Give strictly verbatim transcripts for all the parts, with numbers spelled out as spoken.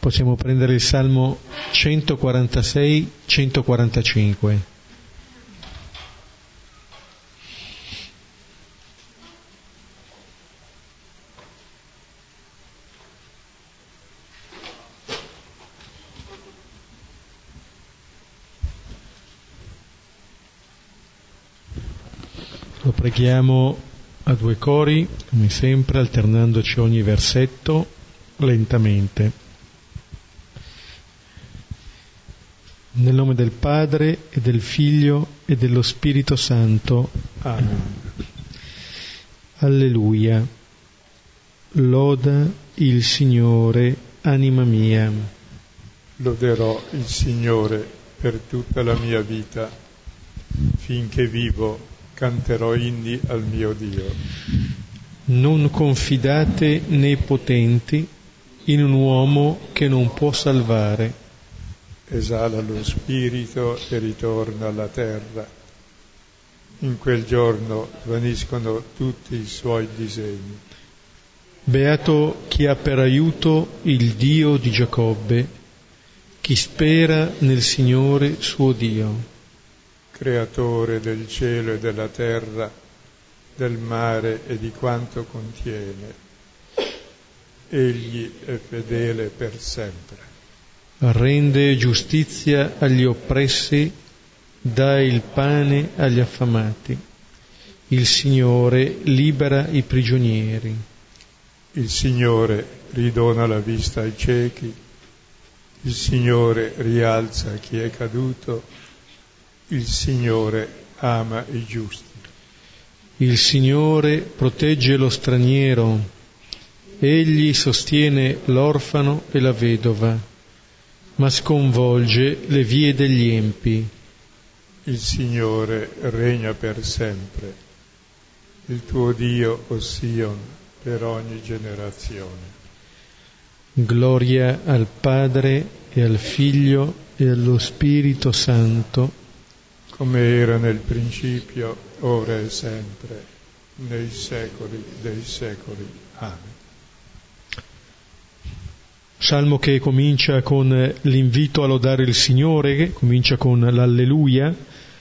Possiamo prendere il Salmo centoquarantasei centoquarantacinque. Lo preghiamo a due cori, come sempre, alternandoci ogni versetto lentamente. Nel nome del Padre e del Figlio e dello Spirito Santo. Amen. Alleluia. Loda il Signore, anima mia. Loderò il Signore per tutta la mia vita. Finché vivo, canterò inni al mio Dio. Non confidate nei potenti in un uomo che non può salvare. Esala lo spirito e ritorna alla terra. In quel giorno svaniscono tutti i suoi disegni. Beato chi ha per aiuto il Dio di Giacobbe, chi spera nel Signore suo Dio. Creatore del cielo e della terra, del mare e di quanto contiene. Egli è fedele per sempre. Rende giustizia agli oppressi, dà il pane agli affamati. Il Signore libera i prigionieri. Il Signore ridona la vista ai ciechi. Il Signore rialza chi è caduto. Il Signore ama i giusti. Il Signore protegge lo straniero. Egli sostiene l'orfano e la vedova, ma sconvolge le vie degli empi. Il Signore regna per sempre. Il tuo Dio, o Sion, per ogni generazione. Gloria al Padre e al Figlio e allo Spirito Santo, come era nel principio, ora e sempre, nei secoli dei secoli. Amen. Salmo che comincia con l'invito a lodare il Signore, che comincia con l'Alleluia,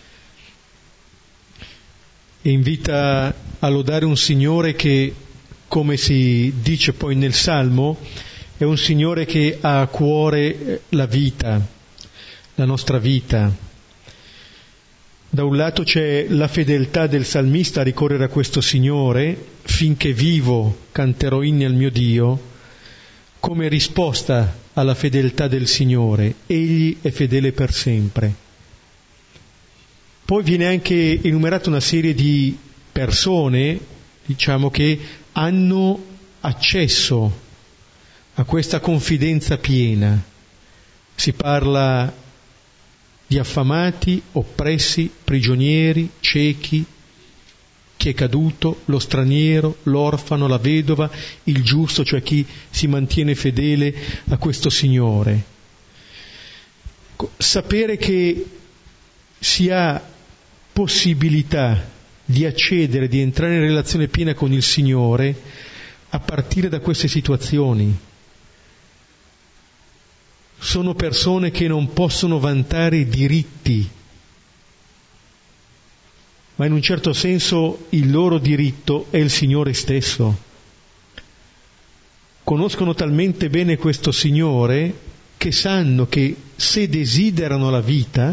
e invita a lodare un Signore che, come si dice poi nel Salmo, è un Signore che ha a cuore la vita, la nostra vita. Da un lato c'è la fedeltà del salmista a ricorrere a questo Signore: finché vivo canterò inni al mio Dio, come risposta alla fedeltà del Signore. Egli è fedele per sempre. Poi viene anche enumerata una serie di persone, diciamo, che hanno accesso a questa confidenza piena. Si parla di affamati, oppressi, prigionieri, ciechi, chi è caduto, lo straniero, l'orfano, la vedova, il giusto, cioè chi si mantiene fedele a questo Signore. Sapere che si ha possibilità di accedere, di entrare in relazione piena con il Signore a partire da queste situazioni. Sono persone che non possono vantare diritti, ma in un certo senso il loro diritto è il Signore stesso. Conoscono talmente bene questo Signore che sanno che se desiderano la vita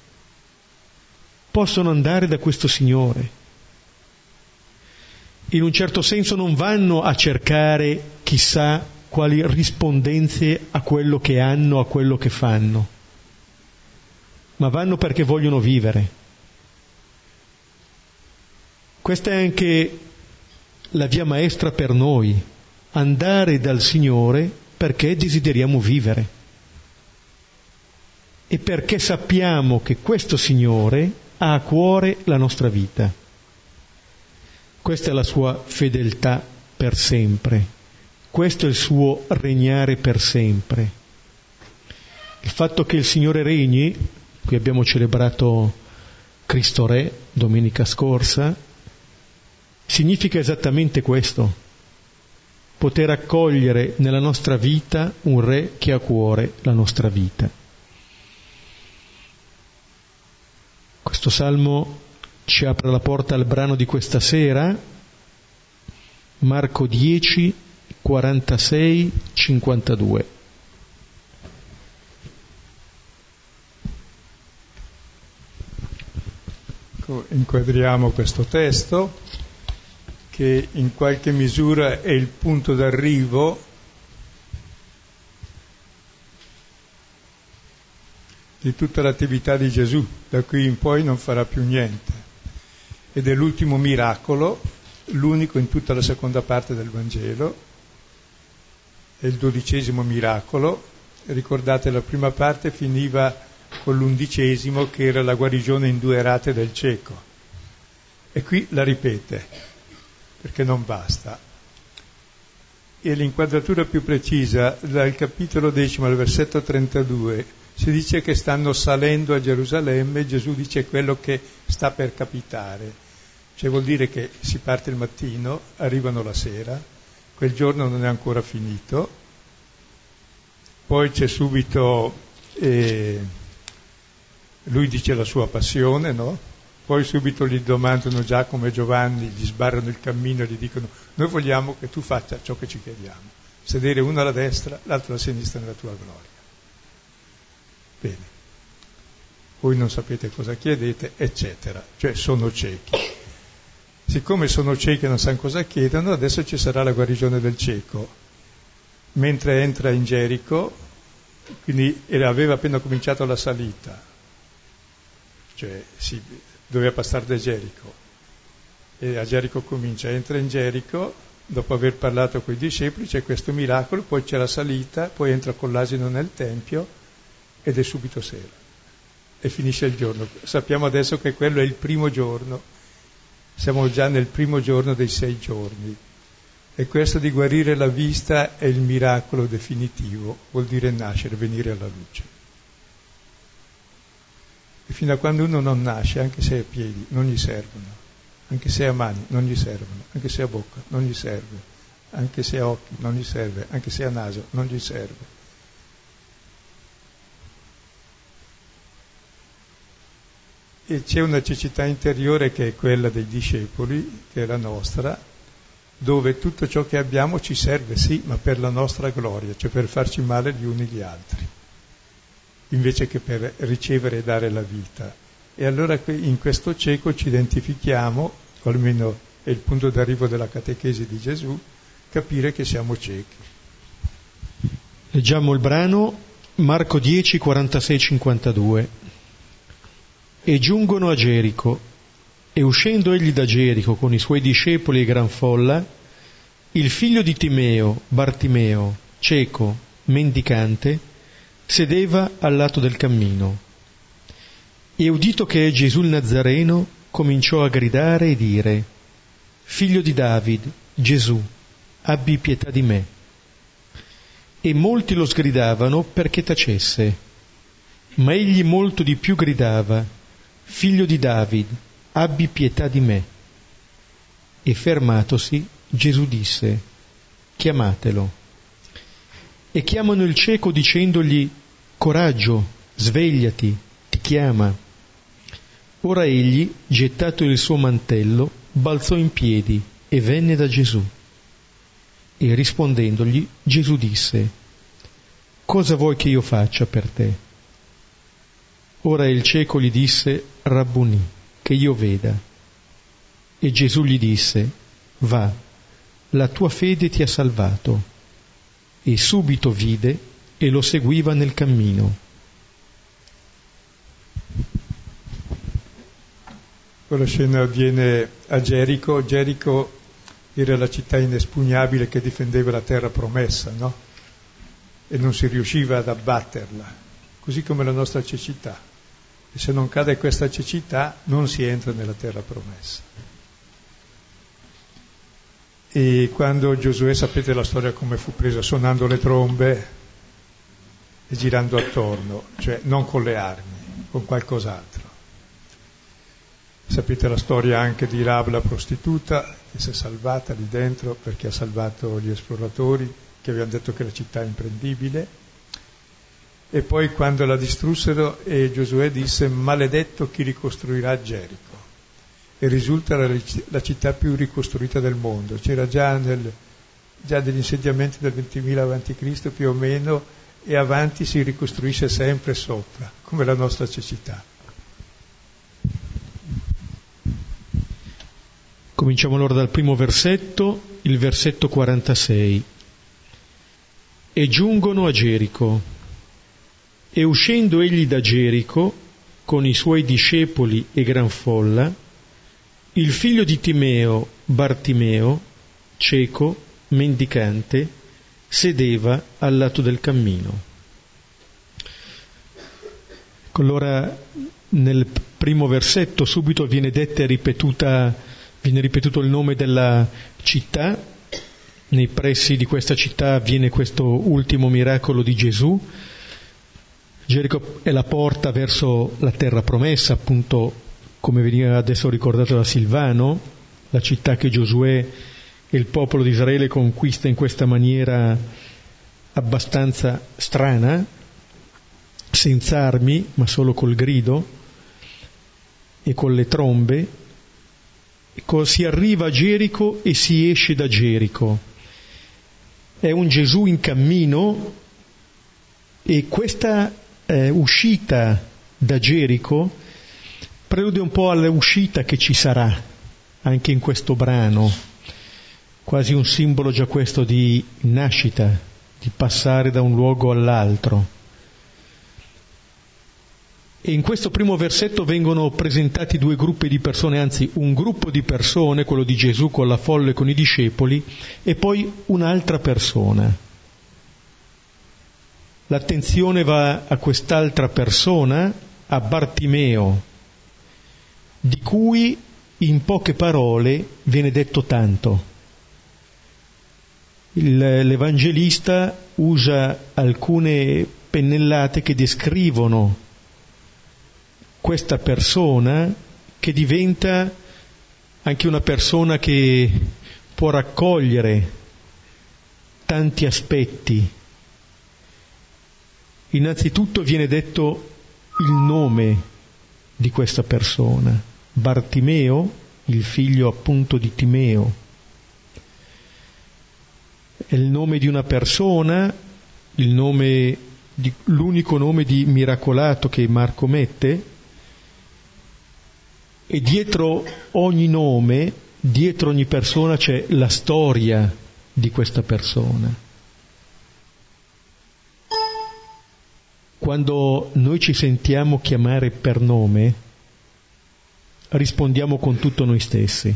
possono andare da questo Signore. In un certo senso non vanno a cercare chissà quali rispondenze a quello che hanno, a quello che fanno, ma vanno perché vogliono vivere. Questa è anche la via maestra per noi, andare dal Signore perché desideriamo vivere e perché sappiamo che questo Signore ha a cuore la nostra vita. Questa è la sua fedeltà per sempre, questo è il suo regnare per sempre. Il fatto che il Signore regni, qui abbiamo celebrato Cristo Re domenica scorsa, significa esattamente questo, poter accogliere nella nostra vita un Re che ha a cuore la nostra vita. Questo salmo ci apre la porta al brano di questa sera, Marco dieci, quarantasei, cinquantadue. Inquadriamo questo testo che in qualche misura è il punto d'arrivo di tutta l'attività di Gesù. Da qui in poi non farà più niente, ed è l'ultimo miracolo, l'unico in tutta la seconda parte del Vangelo, è il dodicesimo miracolo. Ricordate, la prima parte finiva con l'undicesimo, che era la guarigione in due rate del cieco, e qui la ripete perché non basta. E l'inquadratura più precisa, dal capitolo decimo al versetto trentadue, si dice che stanno salendo a Gerusalemme, Gesù dice quello che sta per capitare, cioè vuol dire che si parte il mattino, arrivano la sera, quel giorno non è ancora finito, poi c'è subito eh, lui dice la sua passione, no? Poi subito gli domandano Giacomo e Giovanni, gli sbarrano il cammino e gli dicono: noi vogliamo che tu faccia ciò che ci chiediamo, sedere uno alla destra, l'altro alla sinistra nella tua gloria. Bene, voi non sapete cosa chiedete, eccetera, cioè sono ciechi. Siccome sono ciechi e non sanno cosa chiedono, adesso ci sarà la guarigione del cieco. Mentre entra in Gerico, quindi aveva appena cominciato la salita, cioè si doveva passare da Gerico, e a Gerico comincia, entra in Gerico, dopo aver parlato con i discepoli c'è questo miracolo, poi c'è la salita, poi entra con l'asino nel Tempio ed è subito sera e finisce il giorno. Sappiamo adesso che quello è il primo giorno, siamo già nel primo giorno dei sei giorni, e questo di guarire la vista è il miracolo definitivo, vuol dire nascere, venire alla luce. E fino a quando uno non nasce, anche se è a piedi, non gli servono, anche se ha mani, non gli servono, anche se ha bocca, non gli serve, anche se ha occhi, non gli serve, anche se ha naso, non gli serve. E c'è una cecità interiore che è quella dei discepoli, che è la nostra, dove tutto ciò che abbiamo ci serve, sì, ma per la nostra gloria, cioè per farci male gli uni gli altri, invece che per ricevere e dare la vita. E allora in questo cieco ci identifichiamo, o almeno è il punto d'arrivo della catechesi di Gesù, capire che siamo ciechi. Leggiamo il brano Marco dieci, quarantasei, cinquantadue. E giungono a Gerico, e uscendo egli da Gerico con i suoi discepoli e gran folla, il figlio di Timeo, Bartimeo, cieco, mendicante, sedeva al lato del cammino. E udito che è Gesù il Nazareno, cominciò a gridare e dire: Figlio di David, Gesù, abbi pietà di me. E molti lo sgridavano perché tacesse. Ma egli molto di più gridava: Figlio di David, abbi pietà di me. E fermatosi, Gesù disse: Chiamatelo. E chiamano il cieco dicendogli: Coraggio, svegliati, ti chiama. Ora egli, gettato il suo mantello, balzò in piedi e venne da Gesù. E rispondendogli, Gesù disse: Cosa vuoi che io faccia per te? Ora il cieco gli disse: Rabbunì, che io veda. E Gesù gli disse: Va, la tua fede ti ha salvato. E subito vide e lo seguiva nel cammino. Quella scena avviene a Gerico. Gerico era la città inespugnabile che difendeva la terra promessa, no? E non si riusciva ad abbatterla, così come la nostra cecità. E se non cade questa cecità non si entra nella terra promessa. E quando Giosuè, sapete la storia come fu presa, suonando le trombe e girando attorno, cioè non con le armi, con qualcos'altro. Sapete la storia anche di Rahab la prostituta, che si è salvata lì dentro perché ha salvato gli esploratori che avevano detto che la città è imprendibile. E poi quando la distrussero, e Giosuè disse: maledetto chi ricostruirà Gerico. E risulta la, la città più ricostruita del mondo. C'era già, nel, già degli insediamenti del ventimila avanti Cristo più o meno, e avanti si ricostruisce sempre sopra, come la nostra cecità. Cominciamo allora dal primo versetto, il versetto quarantasei. E giungono a Gerico, e uscendo egli da Gerico, con i suoi discepoli e gran folla, il figlio di Timeo, Bartimeo, cieco, mendicante, sedeva al lato del cammino. Allora, nel primo versetto subito viene detta e ripetuta Viene ripetuto il nome della città. Nei pressi di questa città avviene questo ultimo miracolo di Gesù. Gerico è la porta verso la terra promessa, appunto come veniva adesso ricordato da Silvano, la città che Giosuè e il popolo di Israele conquista in questa maniera abbastanza strana, senza armi, ma solo col grido e con le trombe. Si arriva a Gerico e si esce da Gerico. È un Gesù in cammino, e questa eh, uscita da Gerico prelude un po' all'uscita che ci sarà anche in questo brano, quasi un simbolo già questo di nascita, di passare da un luogo all'altro. E in questo primo versetto vengono presentati due gruppi di persone, anzi un gruppo di persone, quello di Gesù con la folla e con i discepoli, e poi un'altra persona. L'attenzione va a quest'altra persona, a Bartimeo, di cui in poche parole viene detto tanto. Il, l'Evangelista usa alcune pennellate che descrivono questa persona, che diventa anche una persona che può raccogliere tanti aspetti. Innanzitutto viene detto il nome di questa persona, Bartimeo, il figlio appunto di Timeo. È il nome di una persona, il nome di, l'unico nome di miracolato che Marco mette. E dietro ogni nome, dietro ogni persona c'è la storia di questa persona. Quando noi ci sentiamo chiamare per nome, rispondiamo con tutto noi stessi.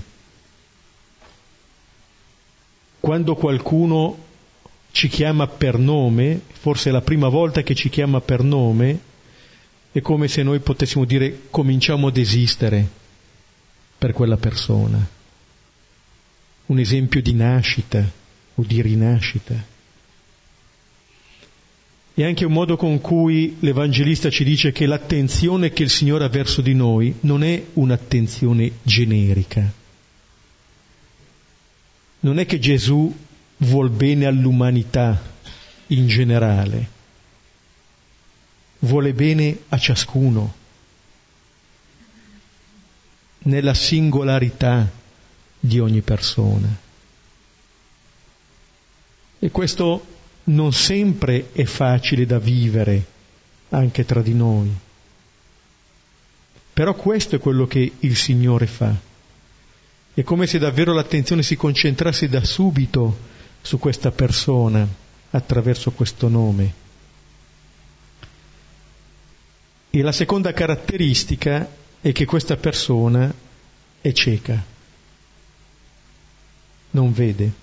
Quando qualcuno ci chiama per nome, forse è la prima volta che ci chiama per nome, è come se noi potessimo dire: cominciamo ad esistere per quella persona. Un esempio di nascita o di rinascita. È anche un modo con cui l'Evangelista ci dice che l'attenzione che il Signore ha verso di noi non è un'attenzione generica. Non è che Gesù vuol bene all'umanità in generale, vuole bene a ciascuno, nella singolarità di ogni persona. E questo non sempre è facile da vivere anche tra di noi. Però questo è quello che il Signore fa. È come se davvero l'attenzione si concentrasse da subito su questa persona attraverso questo nome. E la seconda caratteristica è che questa persona è cieca, non vede.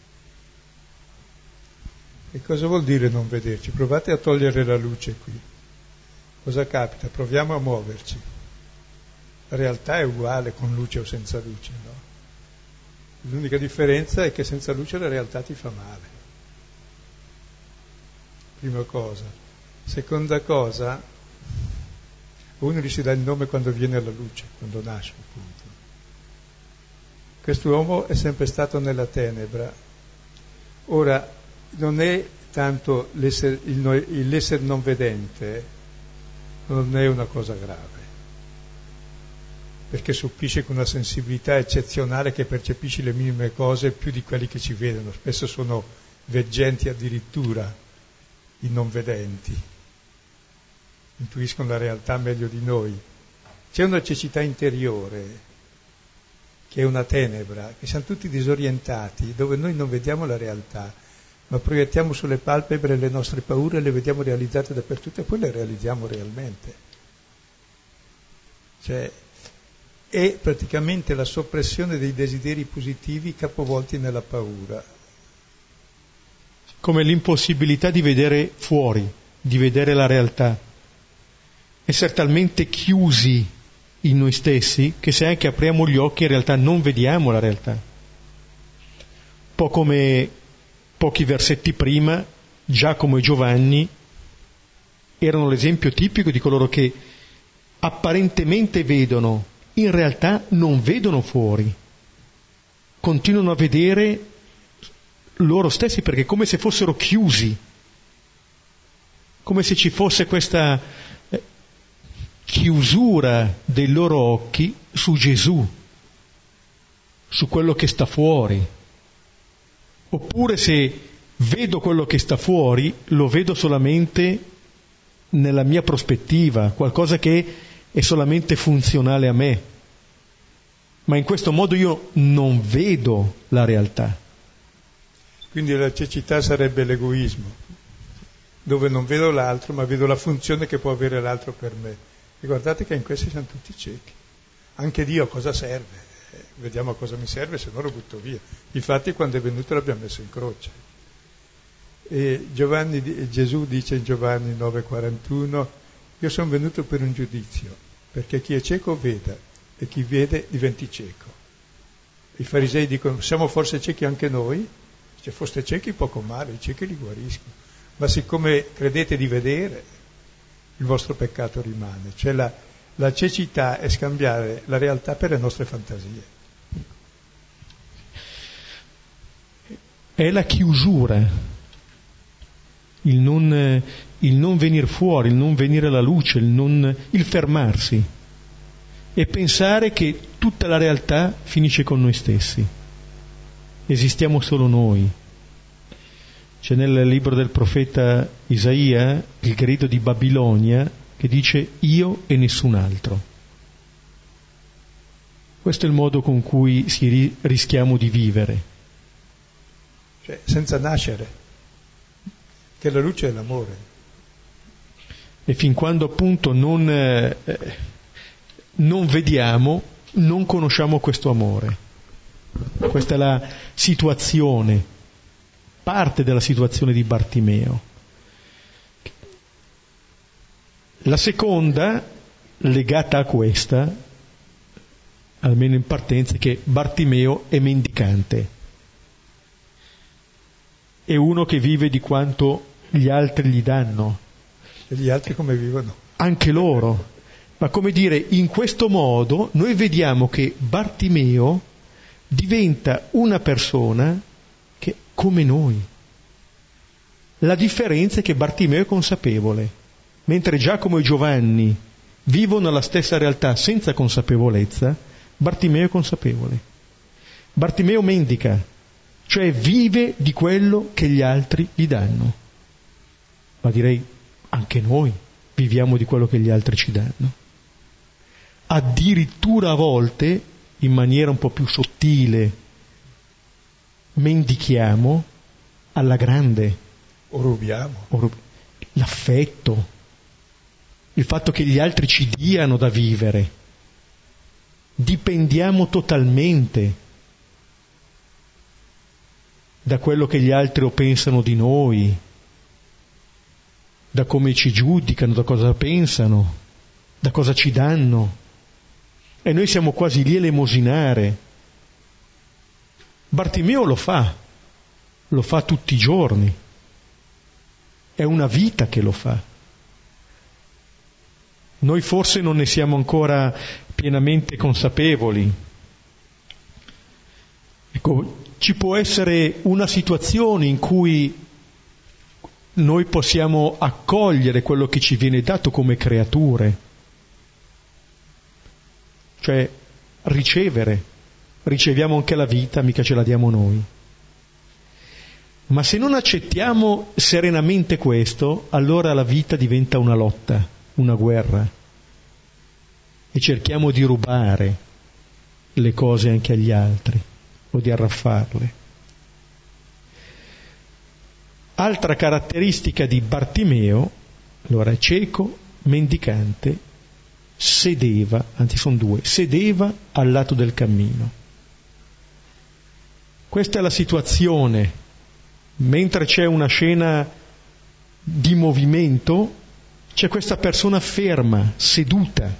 E cosa vuol dire non vederci? Provate a togliere la luce qui. Cosa capita? Proviamo a muoverci. La realtà è uguale con luce o senza luce, no? L'unica differenza è che senza luce la realtà ti fa male. Prima cosa. Seconda cosa, uno gli si dà il nome quando viene alla luce, quando nasce appunto. Quest'uomo è sempre stato nella tenebra. Ora, non è tanto l'essere, il, l'essere non vedente, non è una cosa grave, perché subisce con una sensibilità eccezionale che percepisce le minime cose più di quelli che ci vedono. Spesso sono veggenti addirittura i non vedenti, intuiscono la realtà meglio di noi. C'è una cecità interiore che è una tenebra, che siamo tutti disorientati, dove noi non vediamo la realtà, ma proiettiamo sulle palpebre le nostre paure e le vediamo realizzate dappertutto e poi le realizziamo realmente. Cioè, è praticamente la soppressione dei desideri positivi capovolti nella paura. Come l'impossibilità di vedere fuori, di vedere la realtà. Essere talmente chiusi in noi stessi che se anche apriamo gli occhi in realtà non vediamo la realtà. Un po' come pochi versetti prima Giacomo e Giovanni erano l'esempio tipico di coloro che apparentemente vedono, in realtà non vedono fuori, continuano a vedere loro stessi perché è come se fossero chiusi, come se ci fosse questa chiusura dei loro occhi su Gesù, su quello che sta fuori. Oppure se vedo quello che sta fuori, lo vedo solamente nella mia prospettiva, qualcosa che è solamente funzionale a me. Ma in questo modo io non vedo la realtà. Quindi la cecità sarebbe l'egoismo, dove non vedo l'altro, ma vedo la funzione che può avere l'altro per me. E guardate che in questi siamo tutti ciechi. Anche Dio a cosa serve? Eh, vediamo a cosa mi serve, se no lo butto via. Infatti quando è venuto l'abbiamo messo in croce. E Giovanni, Gesù dice in Giovanni nove quarantuno: io sono venuto per un giudizio, perché chi è cieco veda e chi vede diventi cieco. I farisei dicono: siamo forse ciechi anche noi? Se foste ciechi poco male, i ciechi li guariscono, ma siccome credete di vedere, il vostro peccato rimane. Cioè la, la cecità è scambiare la realtà per le nostre fantasie. È la chiusura, il non, il non venire fuori, il non venire alla luce, il, non, il fermarsi e pensare che tutta la realtà finisce con noi stessi. Esistiamo solo noi. C'è nel libro del profeta Isaia il grido di Babilonia che dice io e nessun altro. Questo è il modo con cui si ri- rischiamo di vivere. Cioè senza nascere, che la luce è l'amore. E fin quando appunto non, eh, non vediamo, non conosciamo questo amore. Questa è la situazione, parte della situazione di Bartimeo. La seconda, legata a questa, almeno in partenza, è che Bartimeo è mendicante. È uno che vive di quanto gli altri gli danno. E gli altri come vivono? Anche loro. Ma come dire, in questo modo noi vediamo che Bartimeo diventa una persona che come noi. La differenza è che Bartimeo è consapevole, mentre Giacomo e Giovanni vivono la stessa realtà senza consapevolezza, Bartimeo è consapevole. Bartimeo mendica, cioè vive di quello che gli altri gli danno. Ma direi anche noi viviamo di quello che gli altri ci danno. Addirittura a volte, in maniera un po' più sottile, mendichiamo alla grande. O rubiamo. O rub- l'affetto, il fatto che gli altri ci diano da vivere. Dipendiamo totalmente da quello che gli altri o pensano di noi, da come ci giudicano, da cosa pensano, da cosa ci danno. E noi siamo quasi lì a elemosinare. Bartimeo lo fa, lo fa tutti i giorni. È una vita che lo fa. Noi forse non ne siamo ancora pienamente consapevoli. Ecco, ci può essere una situazione in cui noi possiamo accogliere quello che ci viene dato come creature, cioè ricevere, riceviamo anche la vita, mica ce la diamo noi. Ma se non accettiamo serenamente questo, allora la vita diventa una lotta, una guerra, e cerchiamo di rubare le cose anche agli altri o di arraffarle. Altra caratteristica di Bartimeo, allora è cieco, mendicante, sedeva, anzi sono due, sedeva al lato del cammino. Questa è la situazione, mentre c'è una scena di movimento, c'è questa persona ferma, seduta,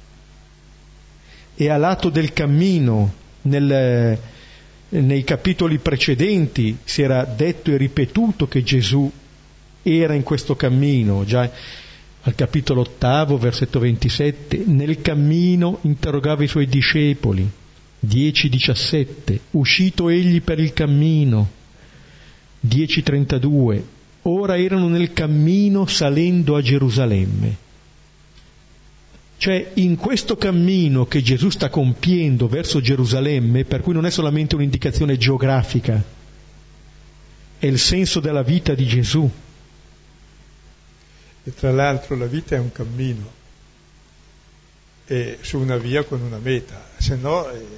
e a lato del cammino. Nel, nei capitoli precedenti si era detto e ripetuto che Gesù era in questo cammino, già al capitolo ottavo, versetto ventisette, nel cammino interrogava i suoi discepoli, dieci diciassette, uscito egli per il cammino, dieci trentadue, ora erano nel cammino salendo a Gerusalemme. Cioè, in questo cammino che Gesù sta compiendo verso Gerusalemme, per cui non è solamente un'indicazione geografica, è il senso della vita di Gesù. E tra l'altro la vita è un cammino, e su una via con una meta, se no eh,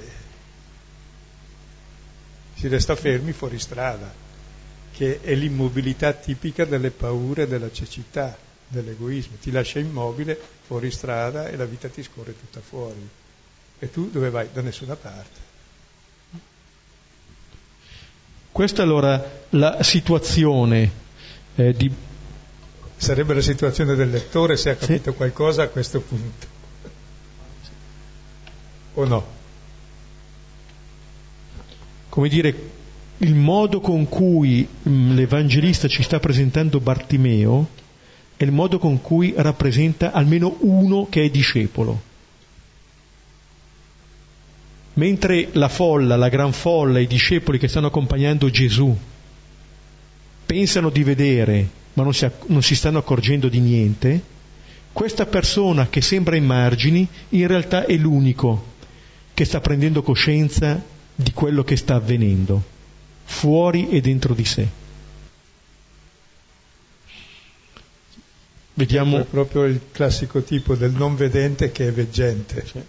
si resta fermi fuori strada, che è l'immobilità tipica delle paure, della cecità, dell'egoismo. Ti lascia immobile fuori strada e la vita ti scorre tutta fuori. E tu dove vai? Da nessuna parte. Questa è allora la situazione eh, di... Sarebbe la situazione del lettore se ha capito sì. qualcosa a questo punto. O no? Come dire, il modo con cui mh, l'Evangelista ci sta presentando Bartimeo è il modo con cui rappresenta almeno uno che è discepolo. Mentre la folla, la gran folla, i discepoli che stanno accompagnando Gesù pensano di vedere, ma non si, non si stanno accorgendo di niente, questa persona che sembra ai margini in realtà è l'unico che sta prendendo coscienza di quello che sta avvenendo, fuori e dentro di sé. Vediamo... È proprio il classico tipo del non vedente che è veggente. Sì.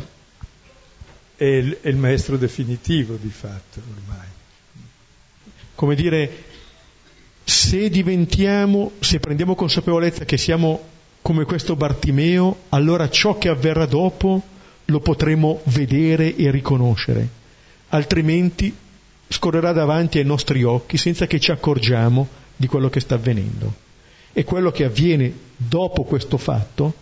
È il, è il maestro definitivo di fatto ormai. Come dire, se diventiamo, se prendiamo consapevolezza che siamo come questo Bartimeo, allora ciò che avverrà dopo lo potremo vedere e riconoscere, altrimenti scorrerà davanti ai nostri occhi senza che ci accorgiamo di quello che sta avvenendo. E quello che avviene dopo questo fatto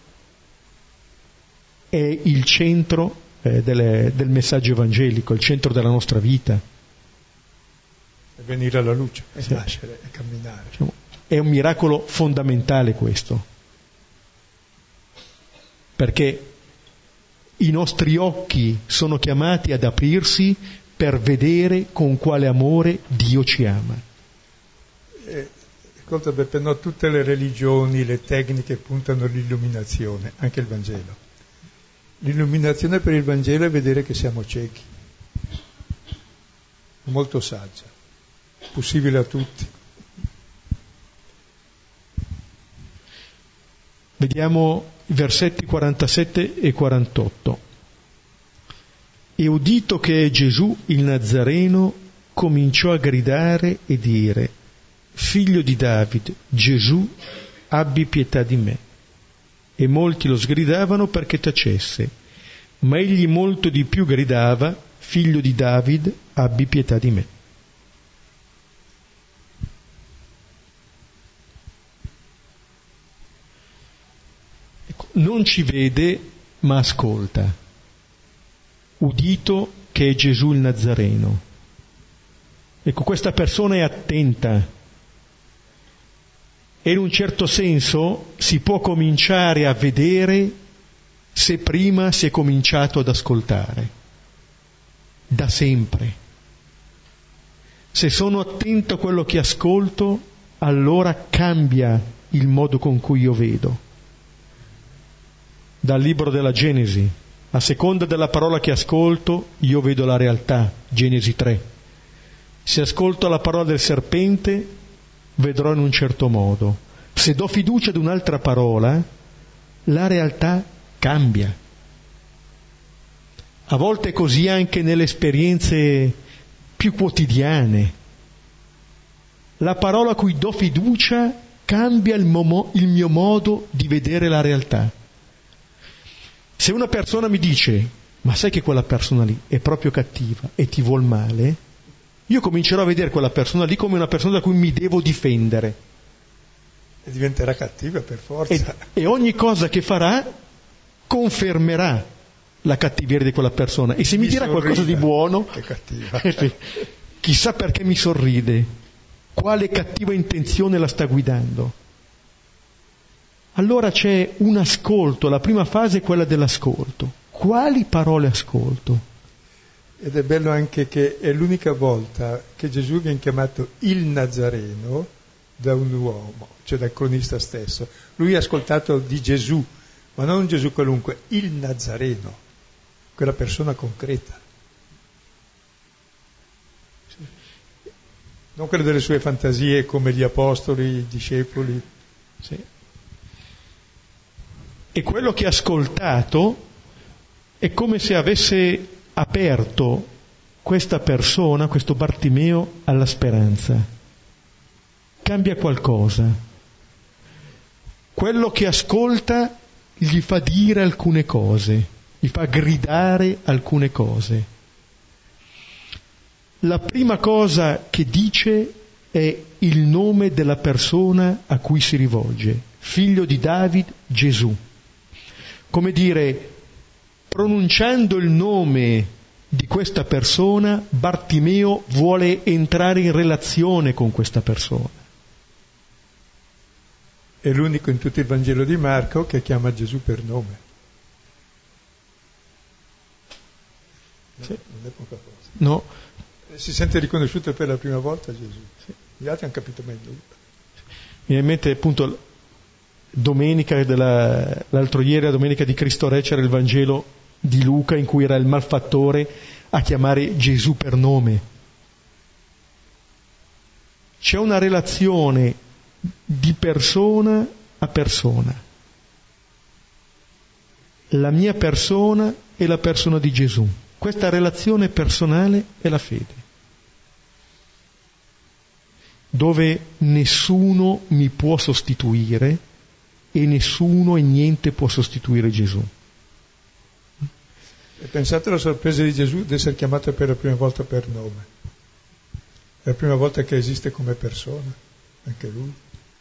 è il centro eh, delle, del messaggio evangelico, il centro della nostra vita. E venire alla luce, e sì. nascere, e camminare. Diciamo, è un miracolo fondamentale questo, perché i nostri occhi sono chiamati ad aprirsi per vedere con quale amore Dio ci ama. E, ascolta Beppe, no, tutte le religioni, le tecniche puntano all'illuminazione, anche il Vangelo. L'illuminazione per il Vangelo è vedere che siamo ciechi, molto saggia, possibile a tutti. Vediamo i versetti quarantasette e quarantotto. E udito che è Gesù il Nazareno, cominciò a gridare e dire: Figlio di David, Gesù, abbi pietà di me. E molti lo sgridavano perché tacesse, ma egli molto di più gridava: Figlio di David, abbi pietà di me. Ecco, non ci vede, ma ascolta. Udito che è Gesù il Nazareno. Ecco, questa persona è attenta. E in un certo senso si può cominciare a vedere se prima si è cominciato ad ascoltare, da sempre. Se sono attento a quello che ascolto, allora cambia il modo con cui io vedo. Dal libro della Genesi, a seconda della parola che ascolto, io vedo la realtà, Genesi tre. Se ascolto la parola del serpente, vedrò in un certo modo. Se do fiducia ad un'altra parola, la realtà cambia. A volte è così anche nelle esperienze più quotidiane. La parola a cui do fiducia cambia il, mo- il mio modo di vedere la realtà. Se una persona mi dice, ma sai che quella persona lì è proprio cattiva e ti vuol male, io comincerò a vedere quella persona lì come una persona da cui mi devo difendere. E diventerà cattiva per forza. E, e ogni cosa che farà confermerà la cattiveria di quella persona. E se mi, mi dirà sorrida, qualcosa di buono, che cattiva. Chissà perché mi sorride, quale cattiva intenzione la sta guidando. Allora c'è un ascolto, la prima fase è quella dell'ascolto. Quali parole ascolto? Ed è bello anche che è l'unica volta che Gesù viene chiamato il Nazareno da un uomo, cioè dal cronista stesso. Lui ha ascoltato di Gesù, ma non un Gesù qualunque, il Nazareno, quella persona concreta. Non quello delle sue fantasie come gli apostoli, i discepoli. Sì. E quello che ha ascoltato è come se avesse aperto questa persona, questo Bartimeo, alla speranza. Cambia qualcosa. Quello che ascolta gli fa dire alcune cose, gli fa gridare alcune cose. La prima cosa che dice è il nome della persona a cui si rivolge, figlio di David, Gesù. Come dire, pronunciando il nome di questa persona, Bartimeo vuole entrare in relazione con questa persona. È l'unico in tutto il Vangelo di Marco che chiama Gesù per nome. Sì. Non è poca cosa. No. Si sente riconosciuto per la prima volta Gesù. Sì. Gli altri hanno capito meglio. Mi viene in mente appunto domenica della, l'altro ieri, la domenica di Cristo Re, c'era il Vangelo di Luca in cui era il malfattore a chiamare Gesù per nome. C'è una relazione di persona a persona. La mia persona e la persona di Gesù. Questa relazione personale è la fede, dove nessuno mi può sostituire e nessuno e niente può sostituire Gesù. E pensate alla sorpresa di Gesù di essere chiamato per la prima volta per nome. È la prima volta che esiste come persona, anche lui.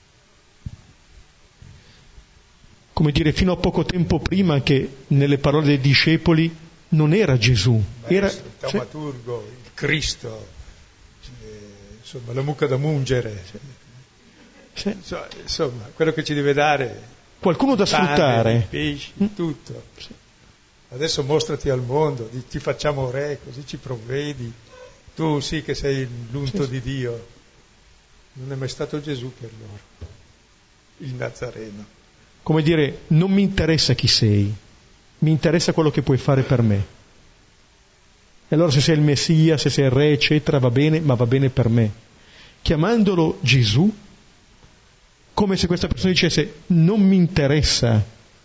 Come dire, fino a poco tempo prima che nelle parole dei discepoli non era Gesù, Maestro, era il taumaturgo, cioè, il Cristo, eh, insomma la mucca da mungere, sì. Insomma quello che ci deve dare qualcuno da pane, sfruttare, pesci, mm. tutto. Sì. Adesso mostrati al mondo, ti facciamo re, così ci provvedi, tu sì che sei l'unto sì, di Dio. Non è mai stato Gesù per loro, il Nazareno. Come dire, non mi interessa chi sei, mi interessa quello che puoi fare per me. E allora se sei il Messia, se sei il Re, eccetera, va bene, ma va bene per me. Chiamandolo Gesù, come se questa persona dicesse, non mi interessa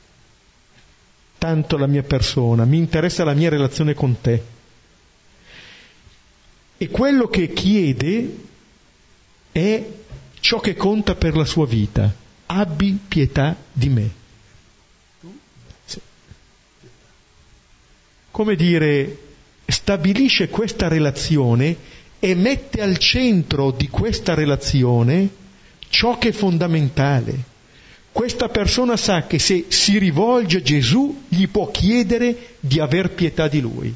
tanto la mia persona, mi interessa la mia relazione con te. E quello che chiede è ciò che conta per la sua vita. Abbi pietà di me. Sì. Come dire, stabilisce questa relazione e mette al centro di questa relazione ciò che è fondamentale. Questa persona sa che se si rivolge a Gesù gli può chiedere di aver pietà di lui.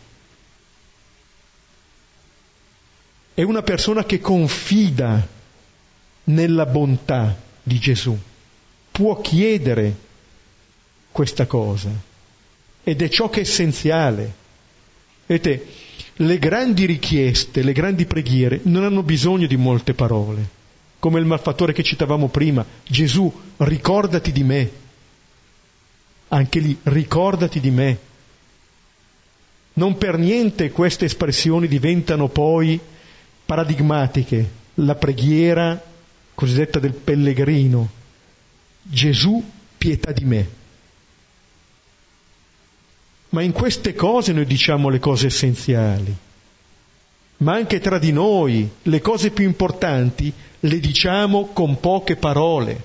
È una persona che confida nella bontà di Gesù, può chiedere questa cosa, ed è ciò che è essenziale. Vedete, le grandi richieste, le grandi preghiere non hanno bisogno di molte parole, come il malfattore che citavamo prima: Gesù, ricordati di me. Anche lì, ricordati di me. Non per niente queste espressioni diventano poi paradigmatiche. La preghiera cosiddetta del pellegrino: Gesù, pietà di me. Ma in queste cose noi diciamo le cose essenziali, ma anche tra di noi le cose più importanti le diciamo con poche parole,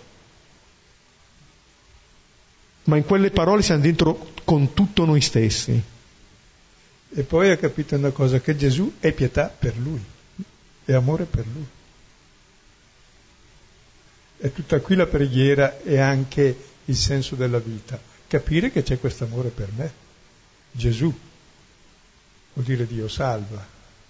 ma in quelle parole siamo dentro con tutto noi stessi. E poi ha capito una cosa, che Gesù è pietà per lui, è amore per lui. E tutta qui la preghiera è anche il senso della vita, capire che c'è questo amore per me. Gesù vuol dire Dio salva.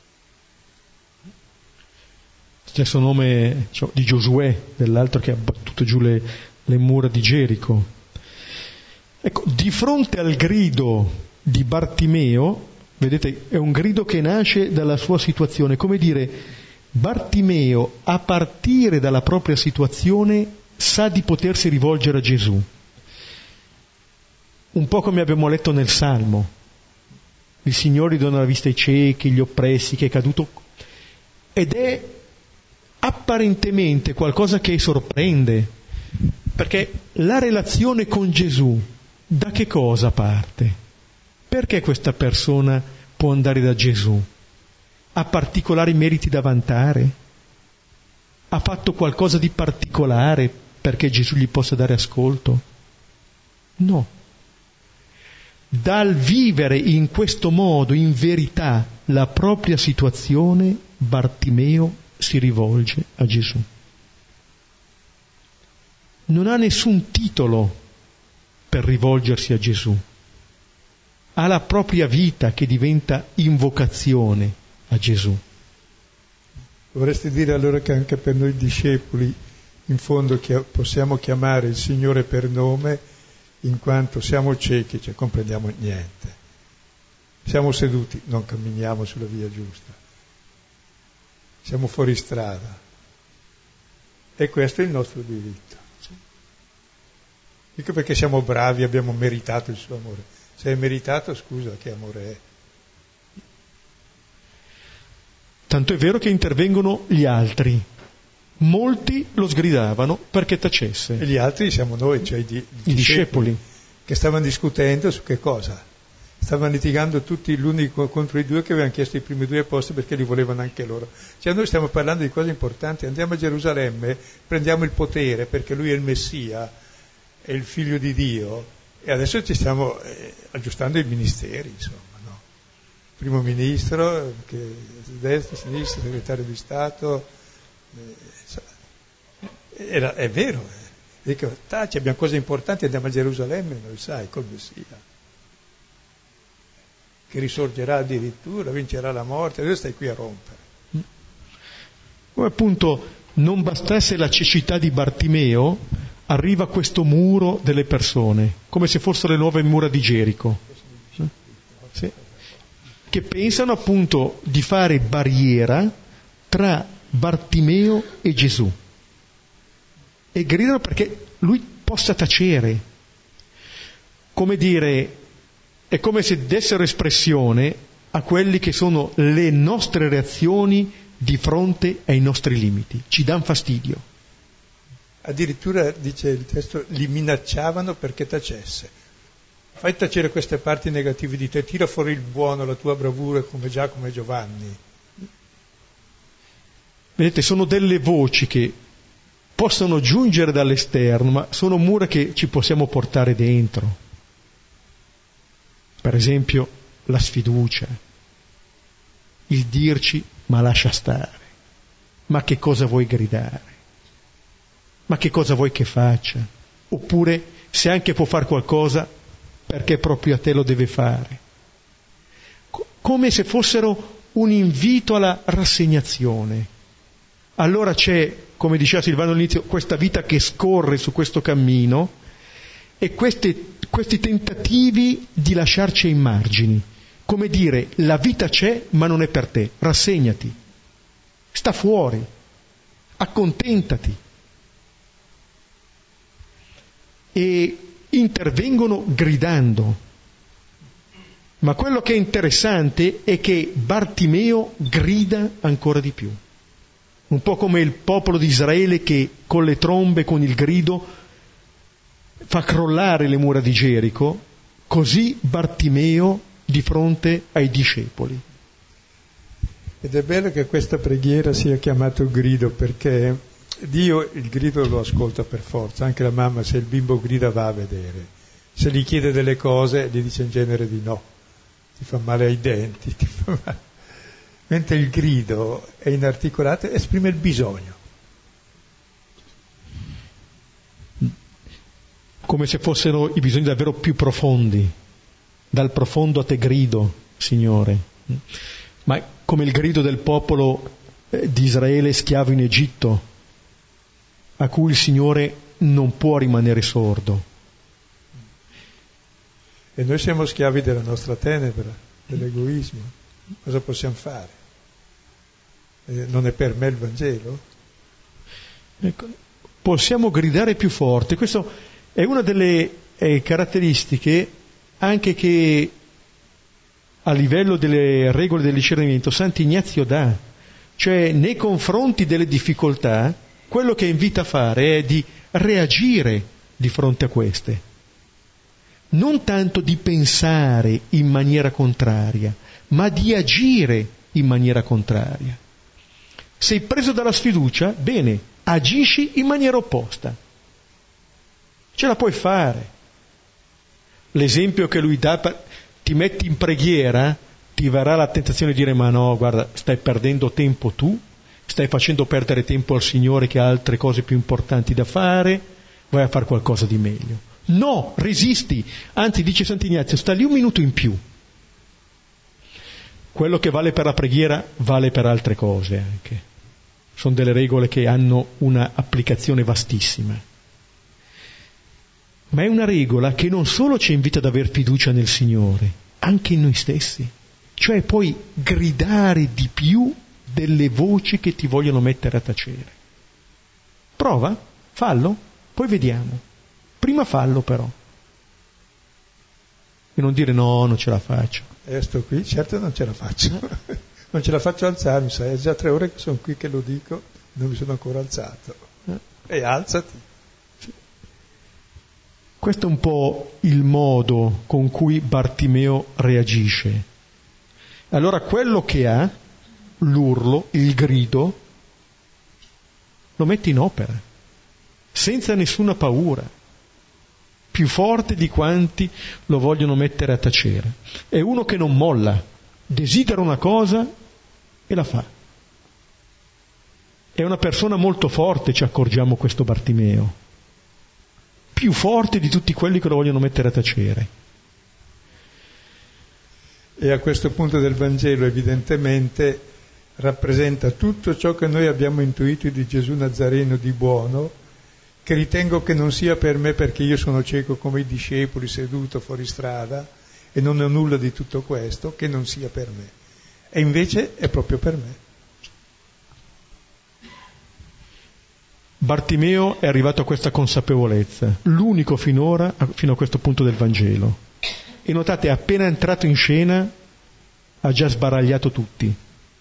Stesso nome cioè, di Giosuè, dell'altro che ha battuto giù le, le mura di Gerico. Ecco, di fronte al grido di Bartimeo, vedete, è un grido che nasce dalla sua situazione, come dire, Bartimeo, a partire dalla propria situazione, sa di potersi rivolgere a Gesù. Un po' come abbiamo letto nel Salmo: il Signore dona la vista ai ciechi, gli oppressi, che è caduto. Ed è apparentemente qualcosa che sorprende, perché la relazione con Gesù da che cosa parte? Perché questa persona può andare da Gesù? Ha particolari meriti da vantare? Ha fatto qualcosa di particolare perché Gesù gli possa dare ascolto? No. Dal vivere in questo modo, in verità, la propria situazione, Bartimeo si rivolge a Gesù. Non ha nessun titolo per rivolgersi a Gesù. Ha la propria vita che diventa invocazione a Gesù. Vorresti dire allora che anche per noi discepoli, in fondo, possiamo chiamare il Signore per nome, in quanto siamo ciechi, cioè comprendiamo niente. Siamo seduti, non camminiamo sulla via giusta. Siamo fuori strada. E questo è il nostro diritto. Dico perché siamo bravi, abbiamo meritato il suo amore. Se è meritato, scusa, che amore è? Tanto è vero che intervengono gli altri. Molti lo sgridavano perché tacesse. E gli altri siamo noi, cioè i, di, i discepoli, discepoli, che stavano discutendo su che cosa? Stavano litigando tutti l'uni contro i due che avevano chiesto i primi due posti perché li volevano anche loro. Cioè noi stiamo parlando di cose importanti, andiamo a Gerusalemme, prendiamo il potere perché lui è il Messia, è il figlio di Dio, e adesso ci stiamo eh, aggiustando i ministeri, insomma, no? Primo ministro, che destra, sinistra, segretario di Stato, eh, era, è vero, eh. Dico, taci, abbiamo cose importanti, andiamo a Gerusalemme, non sai, col Messia, che risorgerà addirittura, vincerà la morte, adesso stai qui a rompere. Come appunto non bastasse la cecità di Bartimeo, arriva questo muro delle persone, come se fossero le nuove mura di Gerico, sì, che pensano appunto di fare barriera tra Bartimeo e Gesù, e gridano perché lui possa tacere. Come dire, è come se dessero espressione a quelli che sono le nostre reazioni di fronte ai nostri limiti. Ci danno fastidio. Addirittura, dice il testo, li minacciavano perché tacesse. Fai tacere queste parti negative di te, tira fuori il buono, la tua bravura, come Giacomo e Giovanni. Vedete, sono delle voci che possono giungere dall'esterno, ma sono mura che ci possiamo portare dentro. Per esempio, la sfiducia, il dirci, ma lascia stare, ma che cosa vuoi gridare? Ma che cosa vuoi che faccia? Oppure, se anche può fare qualcosa, perché proprio a te lo deve fare? Come se fossero un invito alla rassegnazione. allora c'è, come diceva Silvano all'inizio, questa vita che scorre su questo cammino e questi, questi tentativi di lasciarci ai margini, come dire, la vita c'è ma non è per te, rassegnati, sta fuori, accontentati. E intervengono gridando. Ma quello che è interessante è che Bartimeo grida ancora di più. Un po' come il popolo di Israele che con le trombe, con il grido, fa crollare le mura di Gerico, così Bartimeo di fronte ai discepoli. Ed è bello che questa preghiera sia chiamata grido, perché Dio il grido lo ascolta per forza. Anche la mamma, se il bimbo grida, va a vedere. Se gli chiede delle cose, gli dice in genere di no. Ti fa male ai denti, ti fa male. Mentre il grido è inarticolato, esprime il bisogno. Come se fossero i bisogni davvero più profondi. Dal profondo a te grido, Signore. Ma come il grido del popolo di Israele schiavo in Egitto, a cui il Signore non può rimanere sordo. E noi siamo schiavi della nostra tenebra, dell'egoismo. Cosa possiamo fare? Eh, non è per me il Vangelo? Ecco, possiamo gridare più forte. Questa è una delle eh, caratteristiche anche che a livello delle regole del discernimento Sant'Ignazio dà. Cioè, nei confronti delle difficoltà, quello che invita a fare è di reagire di fronte a queste. Non tanto di pensare in maniera contraria, ma di agire in maniera contraria. Sei preso dalla sfiducia? Bene, agisci in maniera opposta. Ce la puoi fare. L'esempio che lui dà, ti metti in preghiera, ti verrà la tentazione di dire: ma no, guarda, stai perdendo tempo tu, stai facendo perdere tempo al Signore che ha altre cose più importanti da fare, vai a fare qualcosa di meglio. No, resisti, anzi dice Sant'Ignazio, sta lì un minuto in più. Quello che vale per la preghiera vale per altre cose anche. Sono delle regole che hanno una applicazione vastissima. Ma è una regola che non solo ci invita ad aver fiducia nel Signore, anche in noi stessi. Cioè puoi gridare di più delle voci che ti vogliono mettere a tacere. Prova, fallo, poi vediamo. Prima fallo però. E non dire no, non ce la faccio. E sto qui, certo non ce la faccio. Non ce la faccio alzarmi, sai, è già tre ore che sono qui che lo dico, non mi sono ancora alzato. E alzati. Questo è un po' il modo con cui Bartimeo reagisce. Allora quello che ha, l'urlo, il grido, lo mette in opera, senza nessuna paura, più forte di quanti lo vogliono mettere a tacere. È uno che non molla, desidera una cosa e la fa. È una persona molto forte, ci accorgiamo, questo Bartimeo, più forte di tutti quelli che lo vogliono mettere a tacere. E a questo punto del Vangelo evidentemente rappresenta tutto ciò che noi abbiamo intuito di Gesù Nazareno di buono, che ritengo che non sia per me perché io sono cieco come i discepoli, seduto fuori strada e non ho nulla di tutto questo, che non sia per me. E invece è proprio per me. Bartimeo è arrivato a questa consapevolezza, l'unico finora, fino a questo punto del Vangelo. E notate, appena entrato in scena ha già sbaragliato tutti.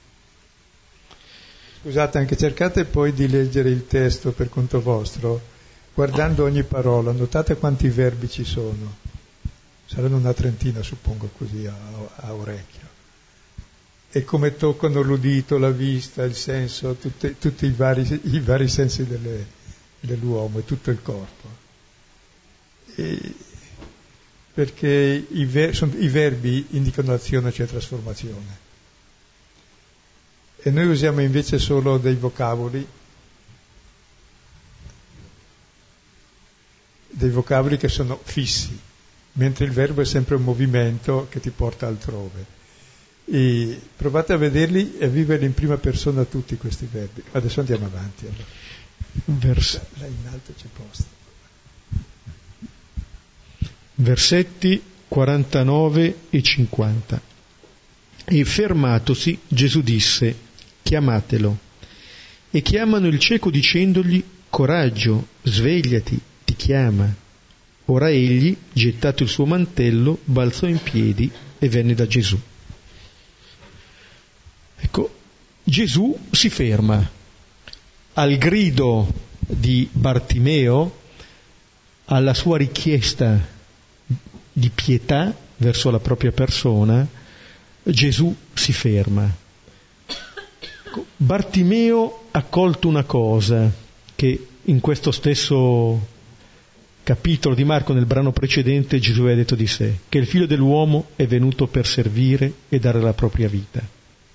Scusate, anche cercate poi di leggere il testo per conto vostro, guardando ogni parola, notate quanti verbi ci sono. Saranno una trentina, suppongo, così a, a orecchio. E come toccano l'udito, la vista, il senso, tutte, tutti i vari, i vari sensi delle, dell'uomo e tutto il corpo. E perché i, ver, sono, i verbi indicano azione, cioè trasformazione. E noi usiamo invece solo dei vocaboli, dei vocaboli che sono fissi, mentre il verbo è sempre un movimento che ti porta altrove. E provate a vederli e a viverli in prima persona tutti questi verbi. Adesso andiamo avanti. Allora. Vers- Là in alto c'è posto. Versetti quarantanove e cinquanta. E fermatosi, Gesù disse: chiamatelo. E chiamano il cieco dicendogli: coraggio, svegliati, ti chiama. Ora egli, gettato il suo mantello, balzò in piedi e venne da Gesù. Ecco, Gesù si ferma. Al grido di Bartimeo, alla sua richiesta di pietà verso la propria persona, Gesù si ferma. Bartimeo ha colto una cosa che in questo stesso capitolo di Marco, nel brano precedente, Gesù ha detto di sé, che il Figlio dell'uomo è venuto per servire e dare la propria vita.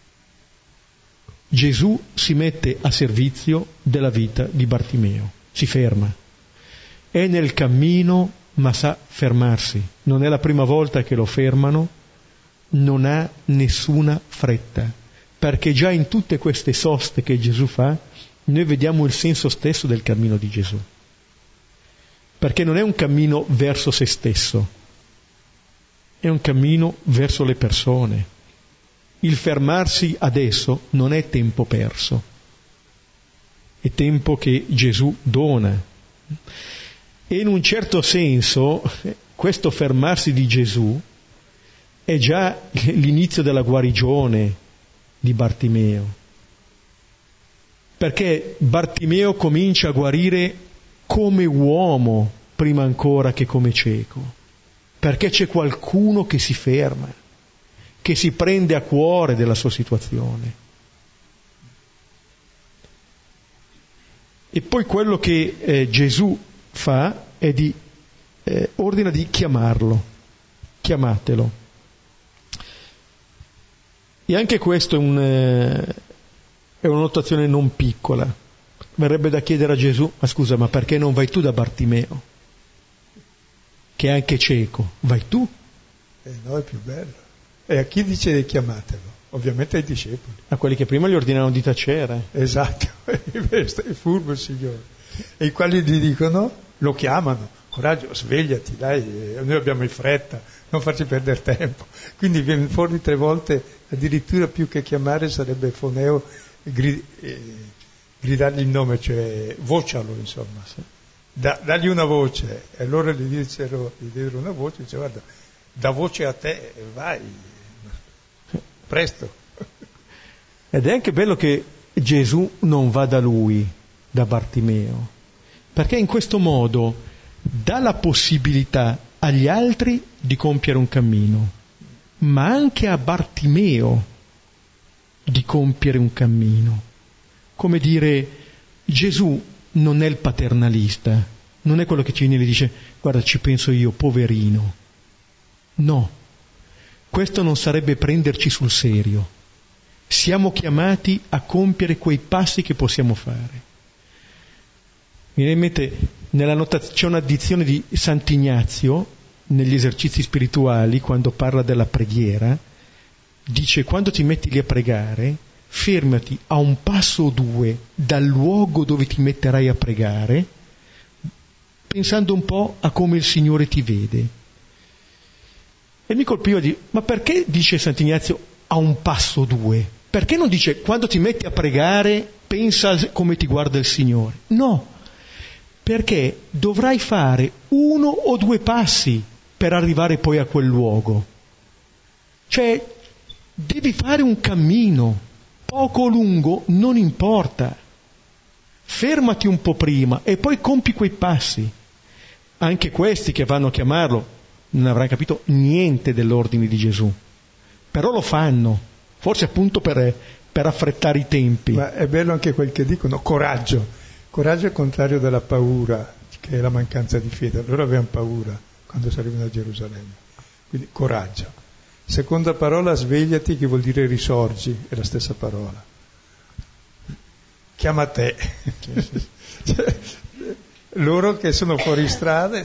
Gesù si mette a servizio della vita di Bartimeo, si ferma, è nel cammino ma sa fermarsi, non è la prima volta che lo fermano, non ha nessuna fretta, perché già in tutte queste soste che Gesù fa noi vediamo il senso stesso del cammino di Gesù, perché non è un cammino verso se stesso, è un cammino verso le persone. Il fermarsi adesso non è tempo perso, è tempo che Gesù dona. E in un certo senso questo fermarsi di Gesù è già l'inizio della guarigione di Bartimeo, perché Bartimeo comincia a guarire come uomo prima ancora che come cieco, perché c'è qualcuno che si ferma, che si prende a cuore della sua situazione. E poi quello che eh, Gesù fa è di eh, ordina di chiamarlo, chiamatelo. E anche questo è, un, eh, è una notazione non piccola. Verrebbe da chiedere a Gesù: ma scusa, ma perché non vai tu da Bartimeo, che è anche cieco? Vai tu? Eh no, è più bello. E a chi dice chiamatelo? Ovviamente ai discepoli. A quelli che prima gli ordinavano di tacere. Esatto, è furbo il Signore. E i quali gli dicono, lo chiamano: coraggio, svegliati, dai, noi abbiamo in fretta, non farci perdere tempo. Quindi viene fuori tre volte, addirittura più che chiamare sarebbe foneo, grid, eh, gridargli il nome, cioè vocialo, insomma. Da, dagli una voce. E allora gli dissero, gli diedero una voce, dice: guarda, da voce a te, vai, presto. Ed è anche bello che Gesù non va da lui, da Bartimeo, perché in questo modo dà la possibilità agli altri di compiere un cammino, ma anche a Bartimeo di compiere un cammino. Come dire, Gesù non è il paternalista, non è quello che ci viene e dice: guarda, ci penso io, poverino. No, questo non sarebbe prenderci sul serio. Siamo chiamati a compiere quei passi che possiamo fare. Mi viene in mente, nella notaz- c'è un'addizione di Sant'Ignazio negli esercizi spirituali, quando parla della preghiera, dice: quando ti metti lì a pregare, fermati a un passo o due dal luogo dove ti metterai a pregare, pensando un po' a come il Signore ti vede. E mi colpiva di, ma perché dice Sant'Ignazio a un passo o due? Perché non dice quando ti metti a pregare pensa come ti guarda il Signore? No, perché dovrai fare uno o due passi per arrivare poi a quel luogo. Cioè, devi fare un cammino, poco o lungo, non importa. Fermati un po' prima e poi compi quei passi. Anche questi che vanno a chiamarlo non avranno capito niente dell'ordine di Gesù, però lo fanno, forse appunto per, per affrettare i tempi. Ma è bello anche quel che dicono: coraggio. Coraggio è il contrario della paura, che è la mancanza di fede. Loro avevano paura quando salivano a Gerusalemme. Quindi coraggio. Seconda parola, svegliati, che vuol dire risorgi, è la stessa parola. Chiama te. Cioè, loro che sono fuori strada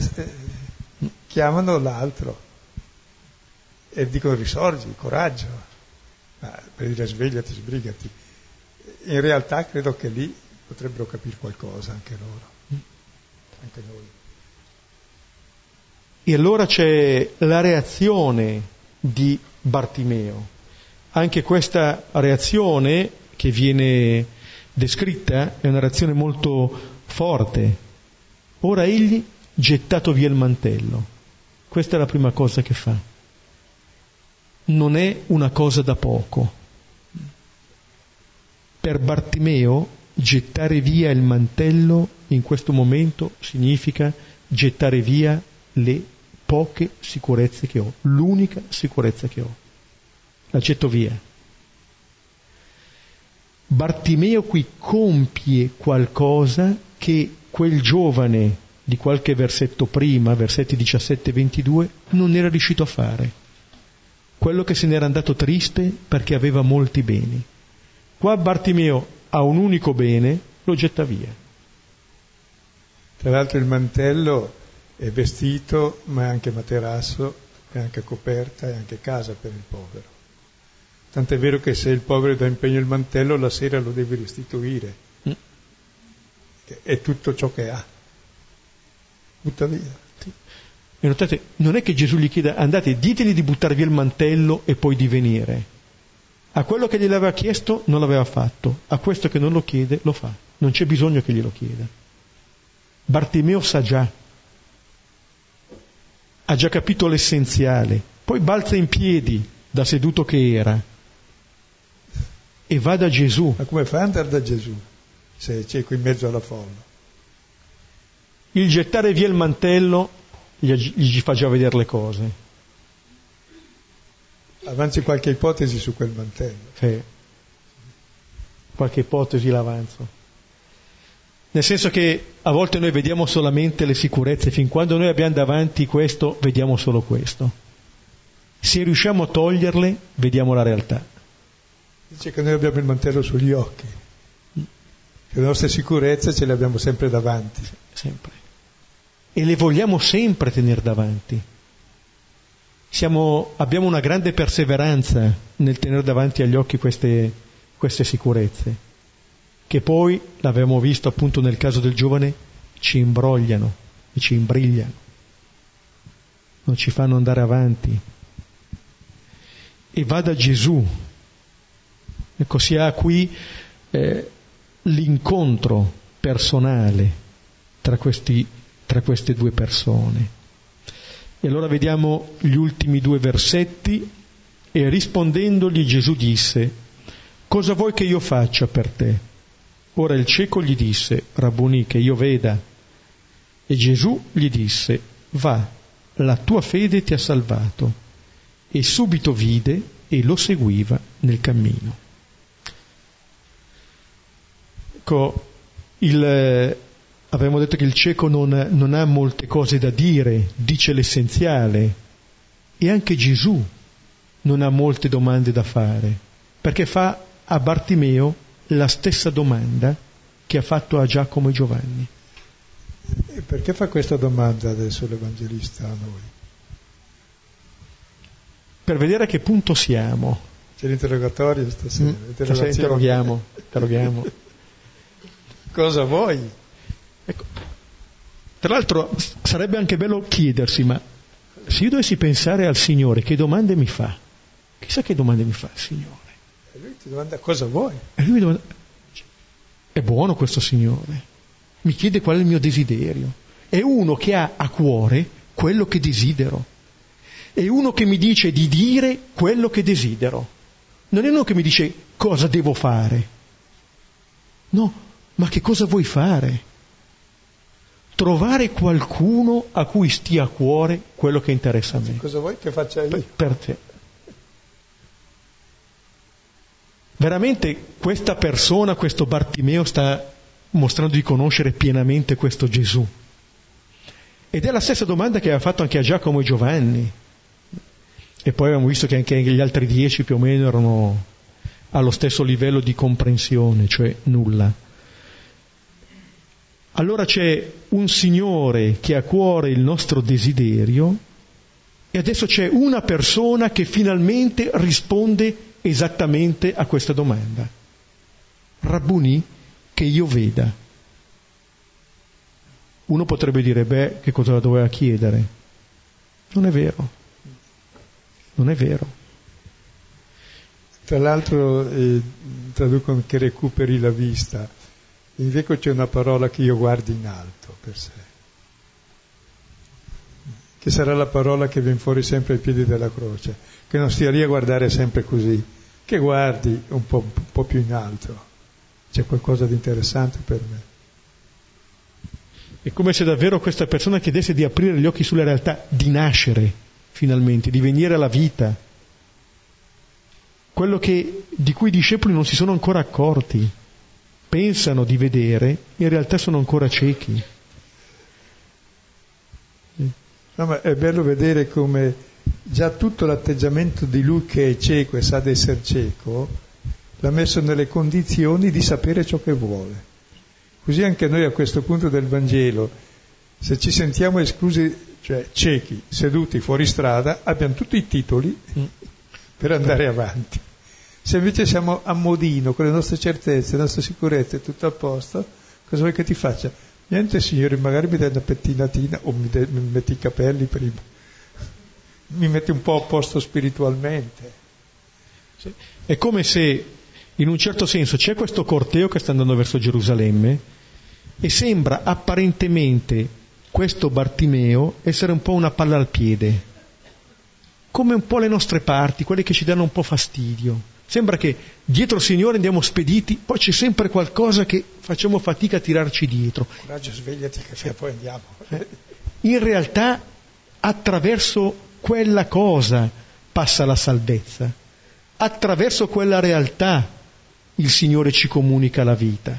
chiamano l'altro e dicono: risorgi, coraggio. ma per dire svegliati, sbrigati. In realtà credo che lì potrebbero capire qualcosa anche loro, anche noi. E allora c'è la reazione di Bartimeo. Anche questa reazione che viene descritta è una reazione molto forte. Ora egli, gettato via il mantello. Questa è la prima cosa che fa. Non è una cosa da poco. Per Bartimeo gettare via il mantello in questo momento significa gettare via le poche sicurezze che ho, l'unica sicurezza che ho. La getto via. Bartimeo qui compie qualcosa che quel giovane di qualche versetto prima, versetti diciassette e ventidue, non era riuscito a fare. Quello che se n'era andato triste perché aveva molti beni. Qua Bartimeo ha un unico bene, lo getta via. Tra l'altro il mantello è vestito, ma è anche materasso, è anche coperta, è anche casa per il povero. Tant'è vero che se il povero dà impegno il mantello, la sera lo deve restituire. Mm. È tutto ciò che ha. Butta via. Sì. E notate, non è che Gesù gli chieda andate, ditegli di buttare via il mantello e poi di venire. A quello che glielo aveva chiesto non l'aveva fatto, a questo che non lo chiede lo fa. Non c'è bisogno che glielo chieda. Bartimeo sa già, ha già capito l'essenziale, poi balza in piedi da seduto che era e va da Gesù. Ma come fa ad andare da Gesù se c'è qui in mezzo alla folla? Il gettare via il mantello gli, gli fa già vedere le cose. Avanzi qualche ipotesi su quel mantello. Sì. Qualche ipotesi l'avanzo. Nel senso che a volte noi vediamo solamente le sicurezze, fin quando noi abbiamo davanti questo, vediamo solo questo. Se riusciamo a toglierle, vediamo la realtà. Dice che noi abbiamo il mantello sugli occhi, che le nostre sicurezze ce le abbiamo sempre davanti. Sempre. E le vogliamo sempre tenere davanti. Siamo, abbiamo una grande perseveranza nel tenere davanti agli occhi queste, queste sicurezze, che poi, l'avevamo visto appunto nel caso del giovane, ci imbrogliano e ci imbrigliano, non ci fanno andare avanti. E va da Gesù. Ecco, si ha qui eh, l'incontro personale tra, questi, tra queste due persone. E allora vediamo gli ultimi due versetti. E rispondendogli Gesù disse: cosa vuoi che io faccia per te? Ora il cieco gli disse: Rabboni, che io veda. E Gesù gli disse: va, la tua fede ti ha salvato. E subito vide e lo seguiva nel cammino. Ecco, il, avevamo detto che il cieco non, non ha molte cose da dire, dice l'essenziale, e anche Gesù non ha molte domande da fare, perché fa a Bartimeo la stessa domanda che ha fatto a Giacomo e Giovanni. E perché fa questa domanda adesso l'Evangelista a noi? Per vedere a che punto siamo. C'è l'interrogatorio stasera. Mm, stasera interroghiamo, interroghiamo. Cosa vuoi? Ecco. Tra l'altro sarebbe anche bello chiedersi, ma se io dovessi pensare al Signore, che domande mi fa? Chissà che domande mi fa il Signore. E lui ti domanda cosa vuoi? E lui mi domanda, è buono questo Signore, mi chiede qual è il mio desiderio. È uno che ha a cuore quello che desidero. È uno che mi dice di dire quello che desidero. Non è uno che mi dice cosa devo fare. No, ma che cosa vuoi fare? Trovare qualcuno a cui stia a cuore quello che interessa a me. Cosa vuoi che faccia io? Per, per te. Veramente questa persona, questo Bartimeo, sta mostrando di conoscere pienamente questo Gesù. Ed è la stessa domanda che aveva fatto anche a Giacomo e Giovanni. E poi abbiamo visto che anche gli altri dieci più o meno erano allo stesso livello di comprensione, cioè nulla. Allora c'è un Signore che ha a cuore il nostro desiderio, e adesso c'è una persona che finalmente risponde esattamente a questa domanda. Rabbuni, che io veda. Uno potrebbe dire, beh, che cosa doveva chiedere? Non è vero. Non è vero. Tra l'altro eh, traducono che recuperi la vista. In greco c'è una parola che io guardi in alto per sé, che sarà la parola che viene fuori sempre ai piedi della croce, che non stia lì a guardare sempre così, che guardi un po', un po' più in alto. C'è qualcosa di interessante per me. È come se davvero questa persona chiedesse di aprire gli occhi sulla realtà, di nascere finalmente, di venire alla vita. Quello che, di cui i discepoli non si sono ancora accorti, pensano di vedere, in realtà sono ancora ciechi. No, ma è bello vedere come già tutto l'atteggiamento di lui che è cieco e sa di essere cieco l'ha messo nelle condizioni di sapere ciò che vuole. Così anche noi a questo punto del Vangelo, se ci sentiamo esclusi, cioè ciechi, seduti fuori strada, abbiamo tutti i titoli per andare avanti. Se invece siamo a modino, con le nostre certezze, le nostre sicurezze, tutto a posto, cosa vuoi che ti faccia? Niente, Signore, magari mi dai una pettinatina o mi, de- mi metti i capelli prima, mi metti un po' a posto spiritualmente. Sì. È come se, in un certo senso, c'è questo corteo che sta andando verso Gerusalemme e sembra apparentemente questo Bartimeo essere un po' una palla al piede, come un po' le nostre parti, quelle che ci danno un po' fastidio. Sembra che dietro il Signore andiamo spediti, poi c'è sempre qualcosa che facciamo fatica a tirarci dietro. Coraggio, svegliati che poi andiamo. In realtà attraverso quella cosa passa la salvezza, attraverso quella realtà il Signore ci comunica la vita.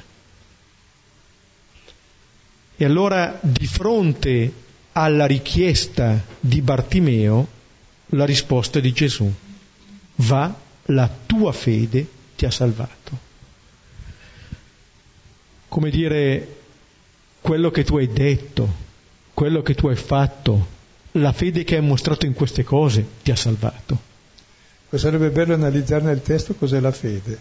E allora, di fronte alla richiesta di Bartimeo, la risposta di Gesù: va, la tua fede ti ha salvato. Come dire, quello che tu hai detto, quello che tu hai fatto, la fede che hai mostrato in queste cose ti ha salvato. Sarebbe bello analizzare nel testo cos'è la fede.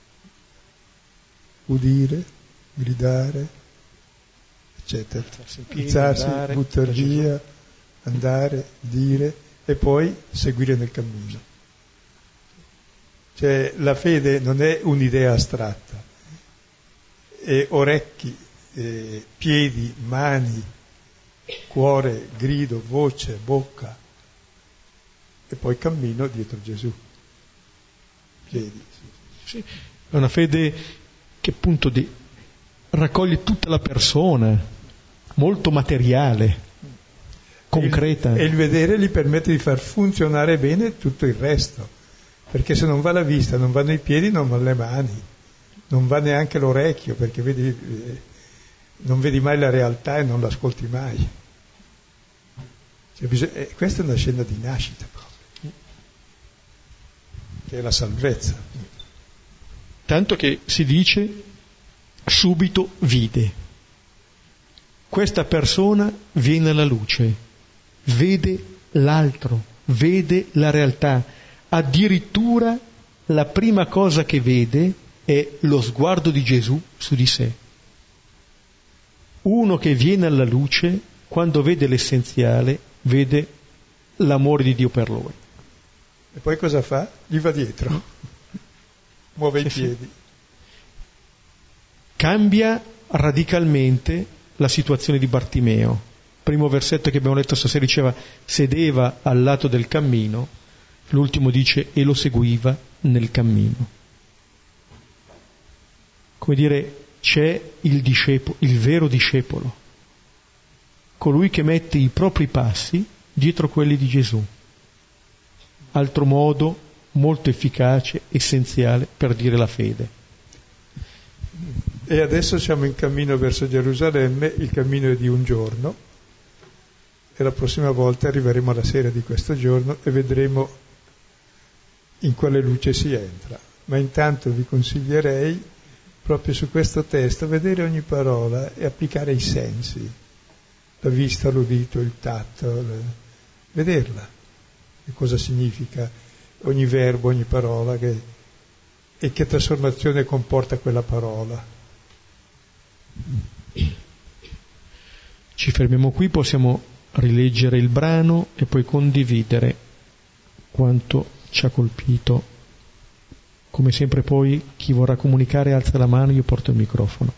Udire, gridare, eccetera. Alzarsi, buttare via, andare, dire e poi seguire nel cammino. Cioè la fede non è un'idea astratta, è orecchi, eh, piedi, mani, cuore, grido, voce, bocca e poi cammino dietro Gesù. Piedi. Sì. È una fede che appunto di, raccoglie tutta la persona, molto materiale, concreta. E il, e il vedere gli permette di far funzionare bene tutto il resto. Perché se non va la vista, non vanno i piedi, non vanno le mani, non va neanche l'orecchio, perché vedi, eh, non vedi mai la realtà e non l'ascolti mai. Cioè, bisogna, eh, questa è una scena di nascita proprio, che è la salvezza. Tanto che si dice, subito vide. Questa persona viene alla luce, vede l'altro, vede la realtà. Addirittura la prima cosa che vede è lo sguardo di Gesù su di sé. Uno che viene alla luce, quando vede l'essenziale, vede l'amore di Dio per lui. E poi cosa fa? Gli va dietro, muove i piedi. Cambia radicalmente la situazione di Bartimeo. Primo versetto che abbiamo letto stasera diceva: sedeva al lato del cammino. L'ultimo dice: e lo seguiva nel cammino. Come dire, c'è il discepolo, il vero discepolo, colui che mette i propri passi dietro quelli di Gesù. Altro modo molto efficace, essenziale per dire la fede. E adesso siamo in cammino verso Gerusalemme, il cammino è di un giorno e la prossima volta arriveremo alla sera di questo giorno e vedremo in quale luce si entra. Ma intanto vi consiglierei proprio su questo testo vedere ogni parola e applicare i sensi, la vista, l'udito, il tatto, le... vederla, che cosa significa, ogni verbo, ogni parola, che, e che trasformazione comporta quella parola. Ci fermiamo qui, possiamo rileggere il brano e poi condividere quanto ci ha colpito. Come sempre poi chi vorrà comunicare alza la mano, io porto il microfono.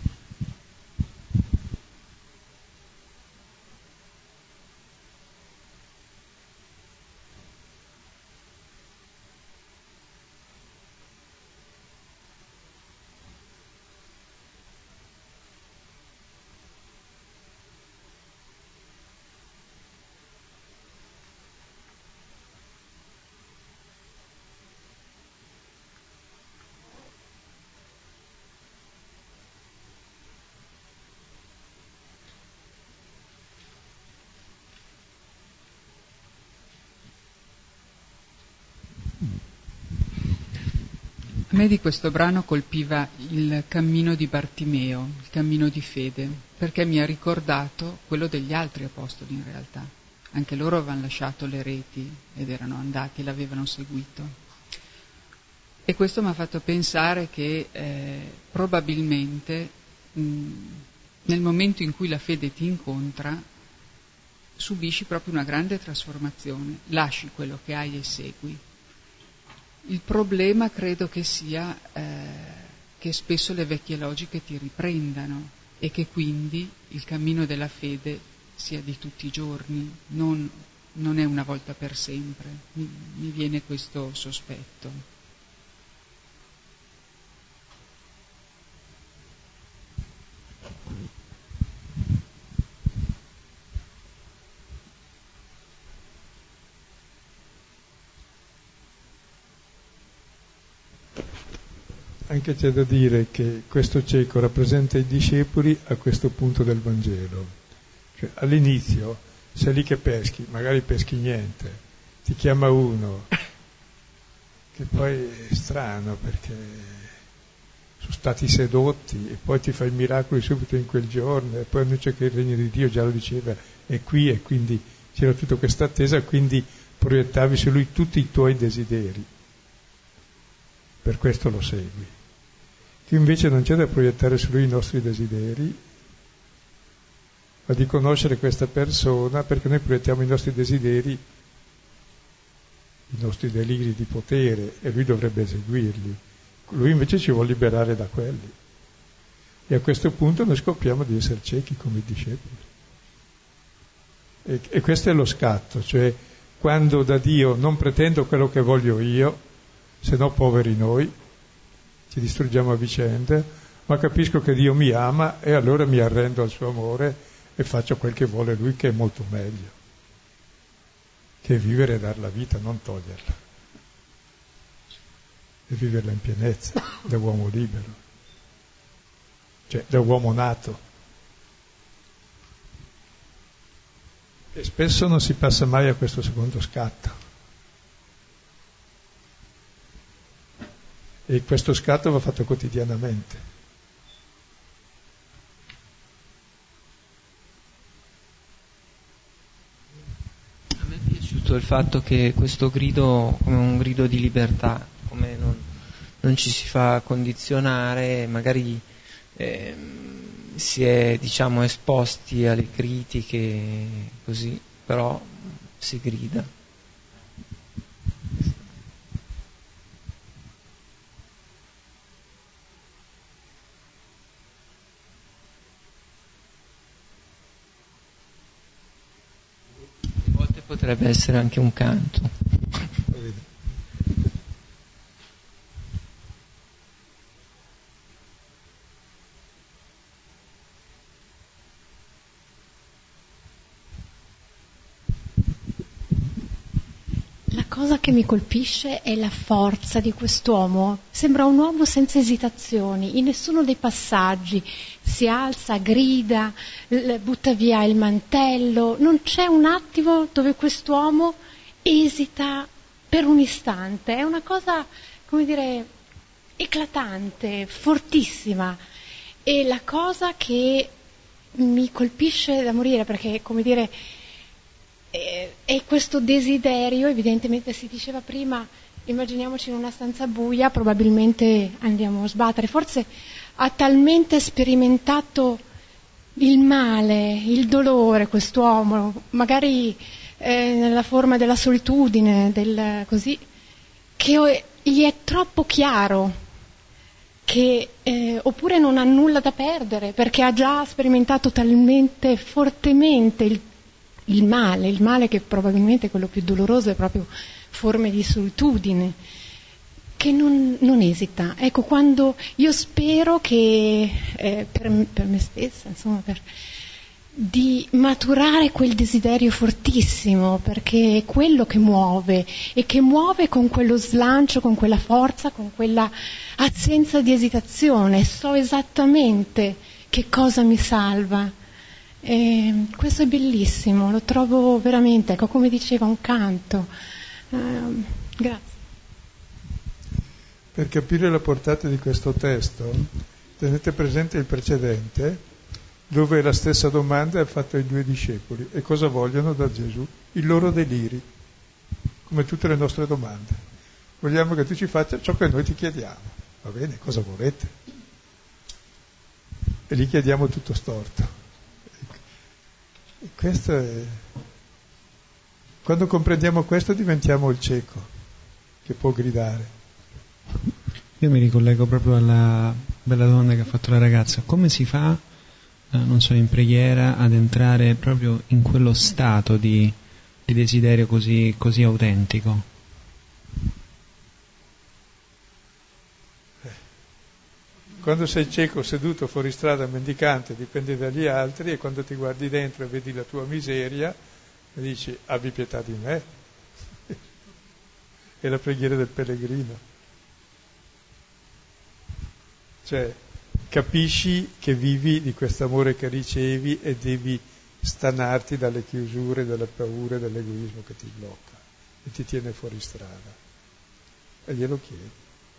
A me di questo brano colpiva il cammino di Bartimeo, il cammino di fede, perché mi ha ricordato quello degli altri apostoli in realtà. Anche loro avevano lasciato le reti ed erano andati, l'avevano seguito. E questo mi ha fatto pensare che eh, probabilmente mh, nel momento in cui la fede ti incontra subisci proprio una grande trasformazione, lasci quello che hai e segui. Il problema credo che sia eh, che spesso le vecchie logiche ti riprendano e che quindi il cammino della fede sia di tutti i giorni, non, non è una volta per sempre. Mi, mi viene questo sospetto. Anche c'è da dire che questo cieco rappresenta i discepoli a questo punto del Vangelo. Cioè, all'inizio sei lì che peschi, magari peschi niente, ti chiama uno, che poi è strano perché sono stati sedotti e poi ti fa i miracoli subito in quel giorno e poi annuncia che il regno di Dio, già lo diceva, è qui, e quindi c'era tutta questa attesa, quindi proiettavi su lui tutti i tuoi desideri. Per questo lo segui. Qui invece non c'è da proiettare su lui i nostri desideri, ma di conoscere questa persona, perché noi proiettiamo i nostri desideri, i nostri deliri di potere, e lui dovrebbe eseguirli. Lui invece ci vuole liberare da quelli. E a questo punto noi scopriamo di essere ciechi come i discepoli. E, e questo è lo scatto, cioè quando da Dio non pretendo quello che voglio io, se no poveri noi, ci distruggiamo a vicenda, ma capisco che Dio mi ama e allora mi arrendo al suo amore e faccio quel che vuole Lui, che è molto meglio, che è vivere e dar la vita, non toglierla, e viverla in pienezza, da uomo libero, cioè da uomo nato. E spesso non si passa mai a questo secondo scatto. E questo scatto va fatto quotidianamente. A me è piaciuto il fatto che questo grido, come un grido di libertà, come non, non ci si fa condizionare, magari eh, si è, diciamo, esposti alle critiche, così, però si grida. Potrebbe essere anche un canto. La cosa che mi colpisce è la forza di quest'uomo. Sembra un uomo senza esitazioni, in nessuno dei passaggi si alza, grida, butta via il mantello. Non c'è un attimo dove quest'uomo esita per un istante. È una cosa, come dire, eclatante, fortissima. E la cosa che mi colpisce da morire, perché, come dire, e, e questo desiderio, evidentemente si diceva prima, immaginiamoci in una stanza buia, probabilmente andiamo a sbattere, forse ha talmente sperimentato il male, il dolore quest'uomo, magari eh, nella forma della solitudine, del, così, che gli è troppo chiaro che eh, oppure non ha nulla da perdere perché ha già sperimentato talmente fortemente il, il male, il male che probabilmente è quello più doloroso, è proprio forme di solitudine, che non, non esita. Ecco, quando io spero che eh, per, per me stessa, insomma, per, di maturare quel desiderio fortissimo, perché è quello che muove e che muove con quello slancio, con quella forza, con quella assenza di esitazione. So esattamente che cosa mi salva. E questo è bellissimo, lo trovo veramente, ecco, come diceva, un canto. Uh, grazie. Per capire la portata di questo testo, tenete presente il precedente, dove la stessa domanda è fatta ai due discepoli. E cosa vogliono da Gesù? Il loro deliri, come tutte le nostre domande. Vogliamo che tu ci faccia ciò che noi ti chiediamo. Va bene, cosa volete? E gli chiediamo tutto storto. E questo è... Quando comprendiamo questo diventiamo il cieco, che può gridare. Io mi ricollego proprio alla bella domanda che ha fatto la ragazza. Come si fa, eh, non so, in preghiera ad entrare proprio in quello stato di, di desiderio così, così autentico? Quando sei cieco, seduto fuori strada, mendicante, dipendi dagli altri, e quando ti guardi dentro e vedi la tua miseria, dici: abbi pietà di me. È la preghiera del pellegrino. Cioè, capisci che vivi di questo amore che ricevi e devi stanarti dalle chiusure, dalle paure, dall'egoismo che ti blocca e ti tiene fuori strada. E glielo chiedi.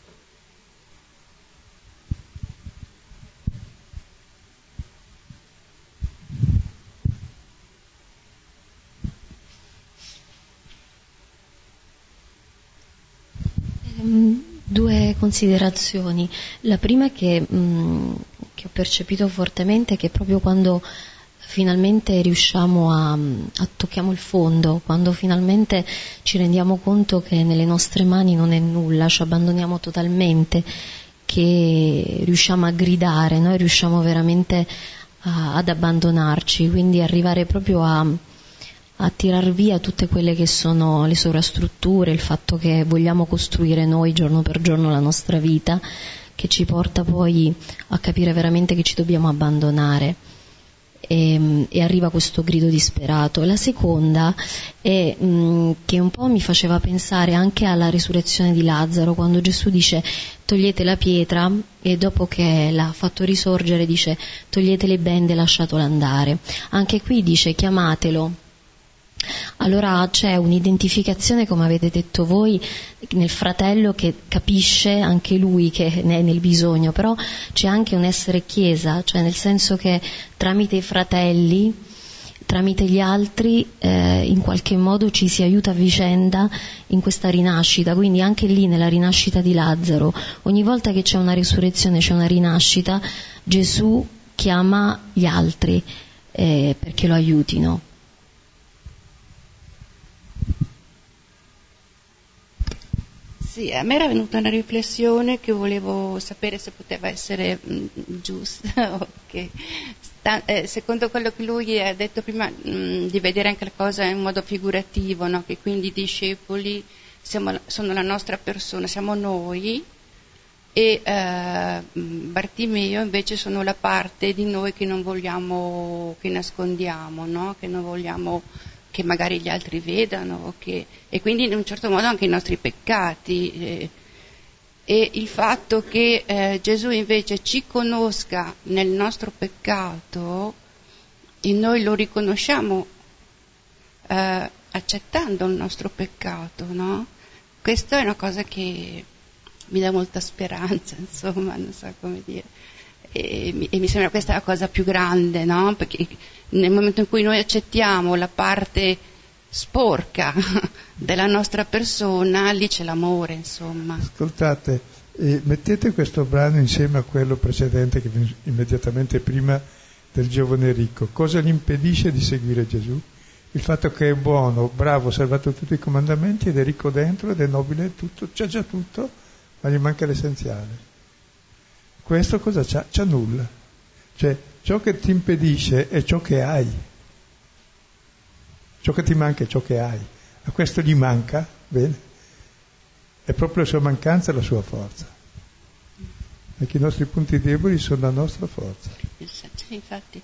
Due considerazioni. La prima è che, mh, che ho percepito fortemente che proprio quando finalmente riusciamo a, a tocchiamo il fondo, quando finalmente ci rendiamo conto che nelle nostre mani non è nulla, ci abbandoniamo totalmente, che riusciamo a gridare, noi riusciamo veramente a, ad abbandonarci, quindi arrivare proprio a a tirar via tutte quelle che sono le sovrastrutture, il fatto che vogliamo costruire noi giorno per giorno la nostra vita, che ci porta poi a capire veramente che ci dobbiamo abbandonare, e, e arriva questo grido disperato. La seconda è mh, che un po' mi faceva pensare anche alla risurrezione di Lazzaro, quando Gesù dice togliete la pietra, e dopo che l'ha fatto risorgere dice togliete le bende, lasciatelo andare. Anche qui dice chiamatelo. Allora c'è un'identificazione, come avete detto voi, nel fratello che capisce anche lui che è nel bisogno, però c'è anche un essere chiesa, cioè nel senso che tramite i fratelli, tramite gli altri, eh, in qualche modo ci si aiuta a vicenda in questa rinascita. Quindi anche lì nella rinascita di Lazzaro, ogni volta che c'è una risurrezione, c'è una rinascita, Gesù chiama gli altri eh, perché lo aiutino. Sì, a me era venuta una riflessione che volevo sapere se poteva essere mh, giusta. Okay. Sta, eh, secondo quello che lui ha detto prima, mh, di vedere anche la cosa in modo figurativo, no? Che quindi i discepoli siamo, sono la nostra persona, siamo noi, e eh, Bartimeo invece sono la parte di noi che non vogliamo, che nascondiamo, no? Che non vogliamo che magari gli altri vedano, che, e quindi in un certo modo anche i nostri peccati, eh, e il fatto che eh, Gesù invece ci conosca nel nostro peccato e noi lo riconosciamo eh, accettando il nostro peccato, no? Questa è una cosa che mi dà molta speranza, insomma, non so come dire. E, e mi sembra questa la cosa più grande, no? Perché nel momento in cui noi accettiamo la parte sporca della nostra persona, lì c'è l'amore, insomma. Ascoltate, eh, mettete questo brano insieme a quello precedente che immediatamente prima del giovane ricco. Cosa gli impedisce di seguire Gesù? Il fatto che è buono, bravo, ha osservato tutti i comandamenti ed è ricco dentro ed è nobile, tutto, c'ha già tutto, ma gli manca l'essenziale. Questo cosa c'ha? C'ha nulla. Cioè, ciò che ti impedisce è ciò che hai. Ciò che ti manca è ciò che hai. A questo gli manca, bene? È proprio la sua mancanza la sua forza. Perché i nostri punti deboli sono la nostra forza. Sì, infatti.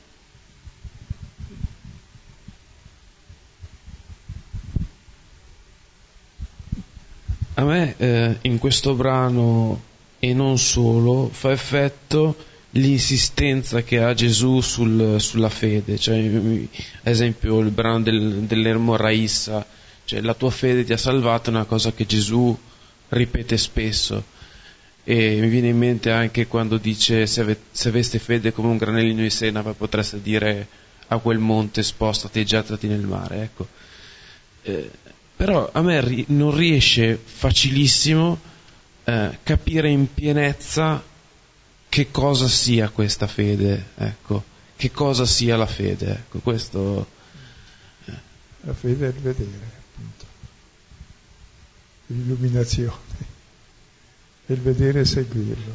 A me eh, in questo brano e non solo fa effetto l'insistenza che ha Gesù sul, sulla fede, cioè ad esempio il brano del, dell'Ermo Raissa, cioè la tua fede ti ha salvato, è una cosa che Gesù ripete spesso, e mi viene in mente anche quando dice se, ave, se aveste fede come un granellino di senape potreste dire a quel monte spostati e gettati nel mare, ecco. Eh, però a me ri, non riesce facilissimo eh, capire in pienezza che cosa sia questa fede, ecco, che cosa sia la fede, ecco, questo. Eh. La fede è il vedere, appunto, l'illuminazione, è il vedere e seguirlo.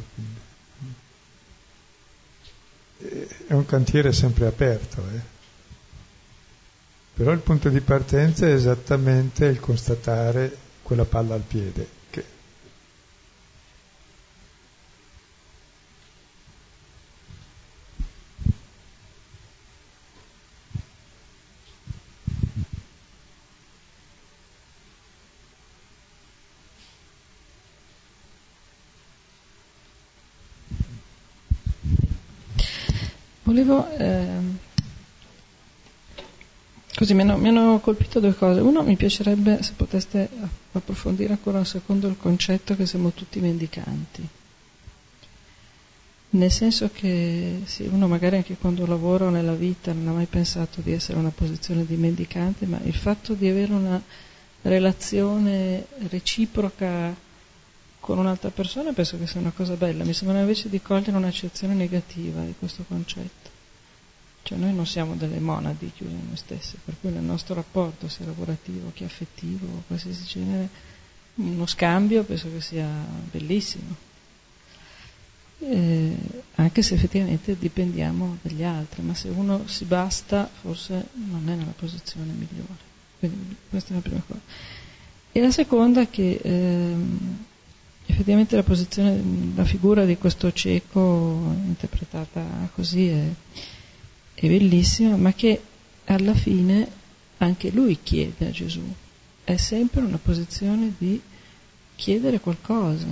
Quindi. È un cantiere sempre aperto, eh. Però il punto di partenza è esattamente il constatare quella palla al piede. Che... Volevo... Eh... Così mi hanno, mi hanno colpito due cose. Uno, mi piacerebbe se poteste approfondire ancora un secondo il concetto che siamo tutti mendicanti. Nel senso che sì, uno magari anche quando lavora nella vita non ha mai pensato di essere in una posizione di mendicante, ma il fatto di avere una relazione reciproca con un'altra persona penso che sia una cosa bella. Mi sembra invece di cogliere un'accezione negativa di questo concetto. Cioè noi non siamo delle monadi chiuse in noi stessi, per cui nel nostro rapporto, sia lavorativo che affettivo o qualsiasi genere, uno scambio penso che sia bellissimo, eh, anche se effettivamente dipendiamo dagli altri, ma se uno si basta forse non è nella posizione migliore. Quindi questa è la prima cosa. E la seconda è che ehm, effettivamente la posizione, la figura di questo cieco interpretata così è è bellissima, ma che alla fine anche lui chiede a Gesù, è sempre una posizione di chiedere qualcosa.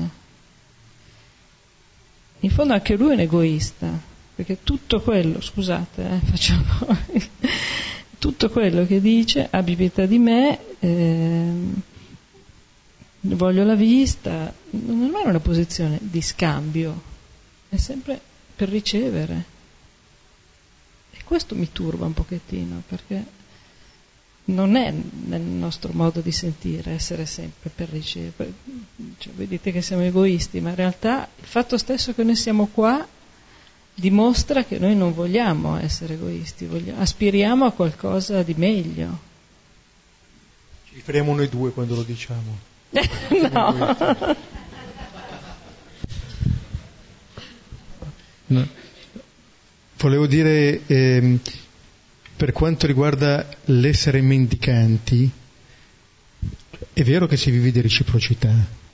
In fondo anche lui è un egoista, perché tutto quello, scusate, eh, facciamo tutto quello che dice, abbi pietà di me, eh, voglio la vista, non è una posizione di scambio, è sempre per ricevere. Questo mi turba un pochettino, perché non è nel nostro modo di sentire essere sempre per ricevere. Cioè, voi dite che siamo egoisti, ma in realtà il fatto stesso che noi siamo qua dimostra che noi non vogliamo essere egoisti, vogliamo, aspiriamo a qualcosa di meglio. Ci riferiamo noi due quando lo diciamo. No. No. Volevo dire, ehm, per quanto riguarda l'essere mendicanti, è vero che si vive di reciprocità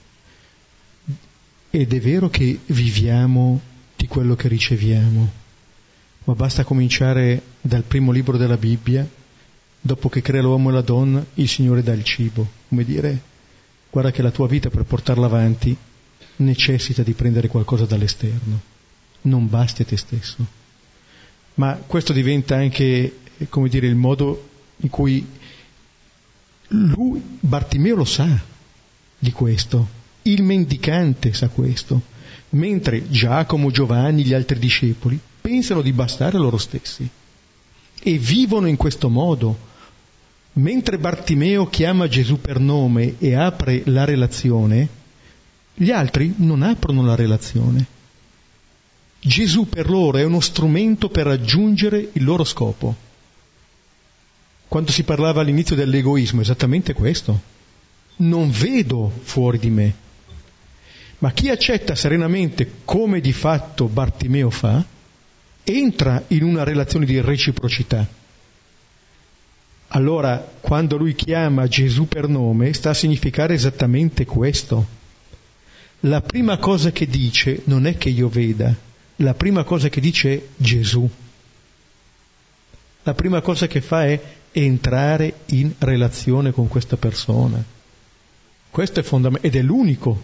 ed è vero che viviamo di quello che riceviamo, ma basta cominciare dal primo libro della Bibbia, dopo che crea l'uomo e la donna, il Signore dà il cibo, come dire, guarda che la tua vita per portarla avanti necessita di prendere qualcosa dall'esterno, non basti a te stesso. Ma questo diventa anche, come dire, il modo in cui lui, Bartimeo lo sa di questo, il mendicante sa questo, mentre Giacomo, Giovanni, gli altri discepoli pensano di bastare a loro stessi e vivono in questo modo, mentre Bartimeo chiama Gesù per nome e apre la relazione, gli altri non aprono la relazione. Gesù per loro è uno strumento per raggiungere il loro scopo. Quando si parlava all'inizio dell'egoismo, è esattamente questo. Non vedo fuori di me. Ma chi accetta serenamente, come di fatto Bartimeo fa, entra in una relazione di reciprocità. Allora, quando lui chiama Gesù per nome, sta a significare esattamente questo. La prima cosa che dice non è che io veda, la prima cosa che dice è Gesù. La prima cosa che fa è entrare in relazione con questa persona. Questo è fondamentale ed è l'unico.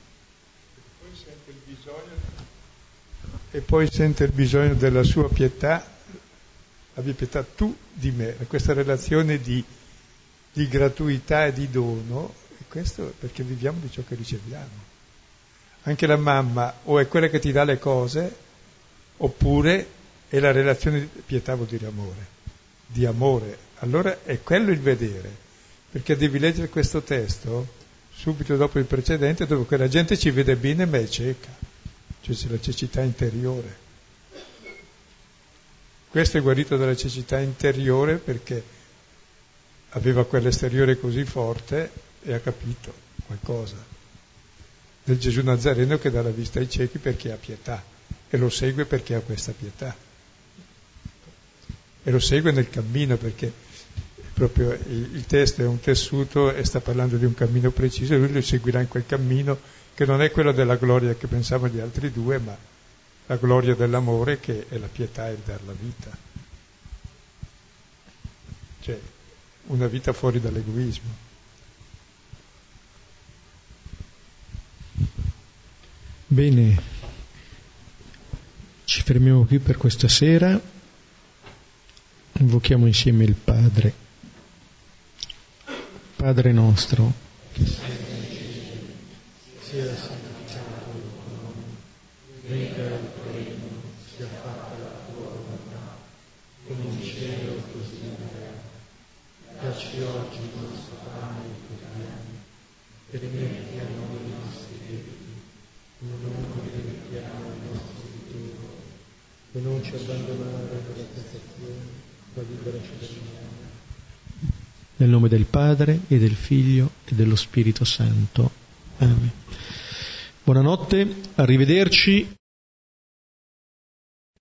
E poi sente il bisogno della sua pietà, abbia pietà tu di me, questa relazione di, di gratuità e di dono, e questo perché viviamo di ciò che riceviamo. Anche la mamma o è quella che ti dà le cose, oppure è la relazione di pietà, vuol dire amore, di amore. Allora è quello il vedere, perché devi leggere questo testo subito dopo il precedente, dove quella gente ci vede bene ma è cieca, cioè c'è la cecità interiore. Questo è guarito dalla cecità interiore perché aveva quell'esteriore così forte e ha capito qualcosa del Gesù Nazareno che dà la vista ai ciechi perché ha pietà e lo segue perché ha questa pietà e lo segue nel cammino perché proprio il, il testo è un tessuto e sta parlando di un cammino preciso e lui lo seguirà in quel cammino che non è quello della gloria che pensavano gli altri due, ma la gloria dell'amore che è la pietà e il dar la vita, cioè una vita fuori dall'egoismo. Bene, ci fermiamo qui per questa sera, invochiamo insieme il Padre. Padre nostro, che sei in cielo, sia santificato il tuo nome, venga il tuo regno, sia fatta la tua volontà, come in cielo così in terra. Dacci oggi il nostro pane quotidiano, e rimetti a noi i nostri debiti, non rimettiamo il nostro futuro, e non ci abbandonare alla tentazione, ma liberaci dal male. Nel nome del Padre e del Figlio e dello Spirito Santo. Amen. Buonanotte, arrivederci.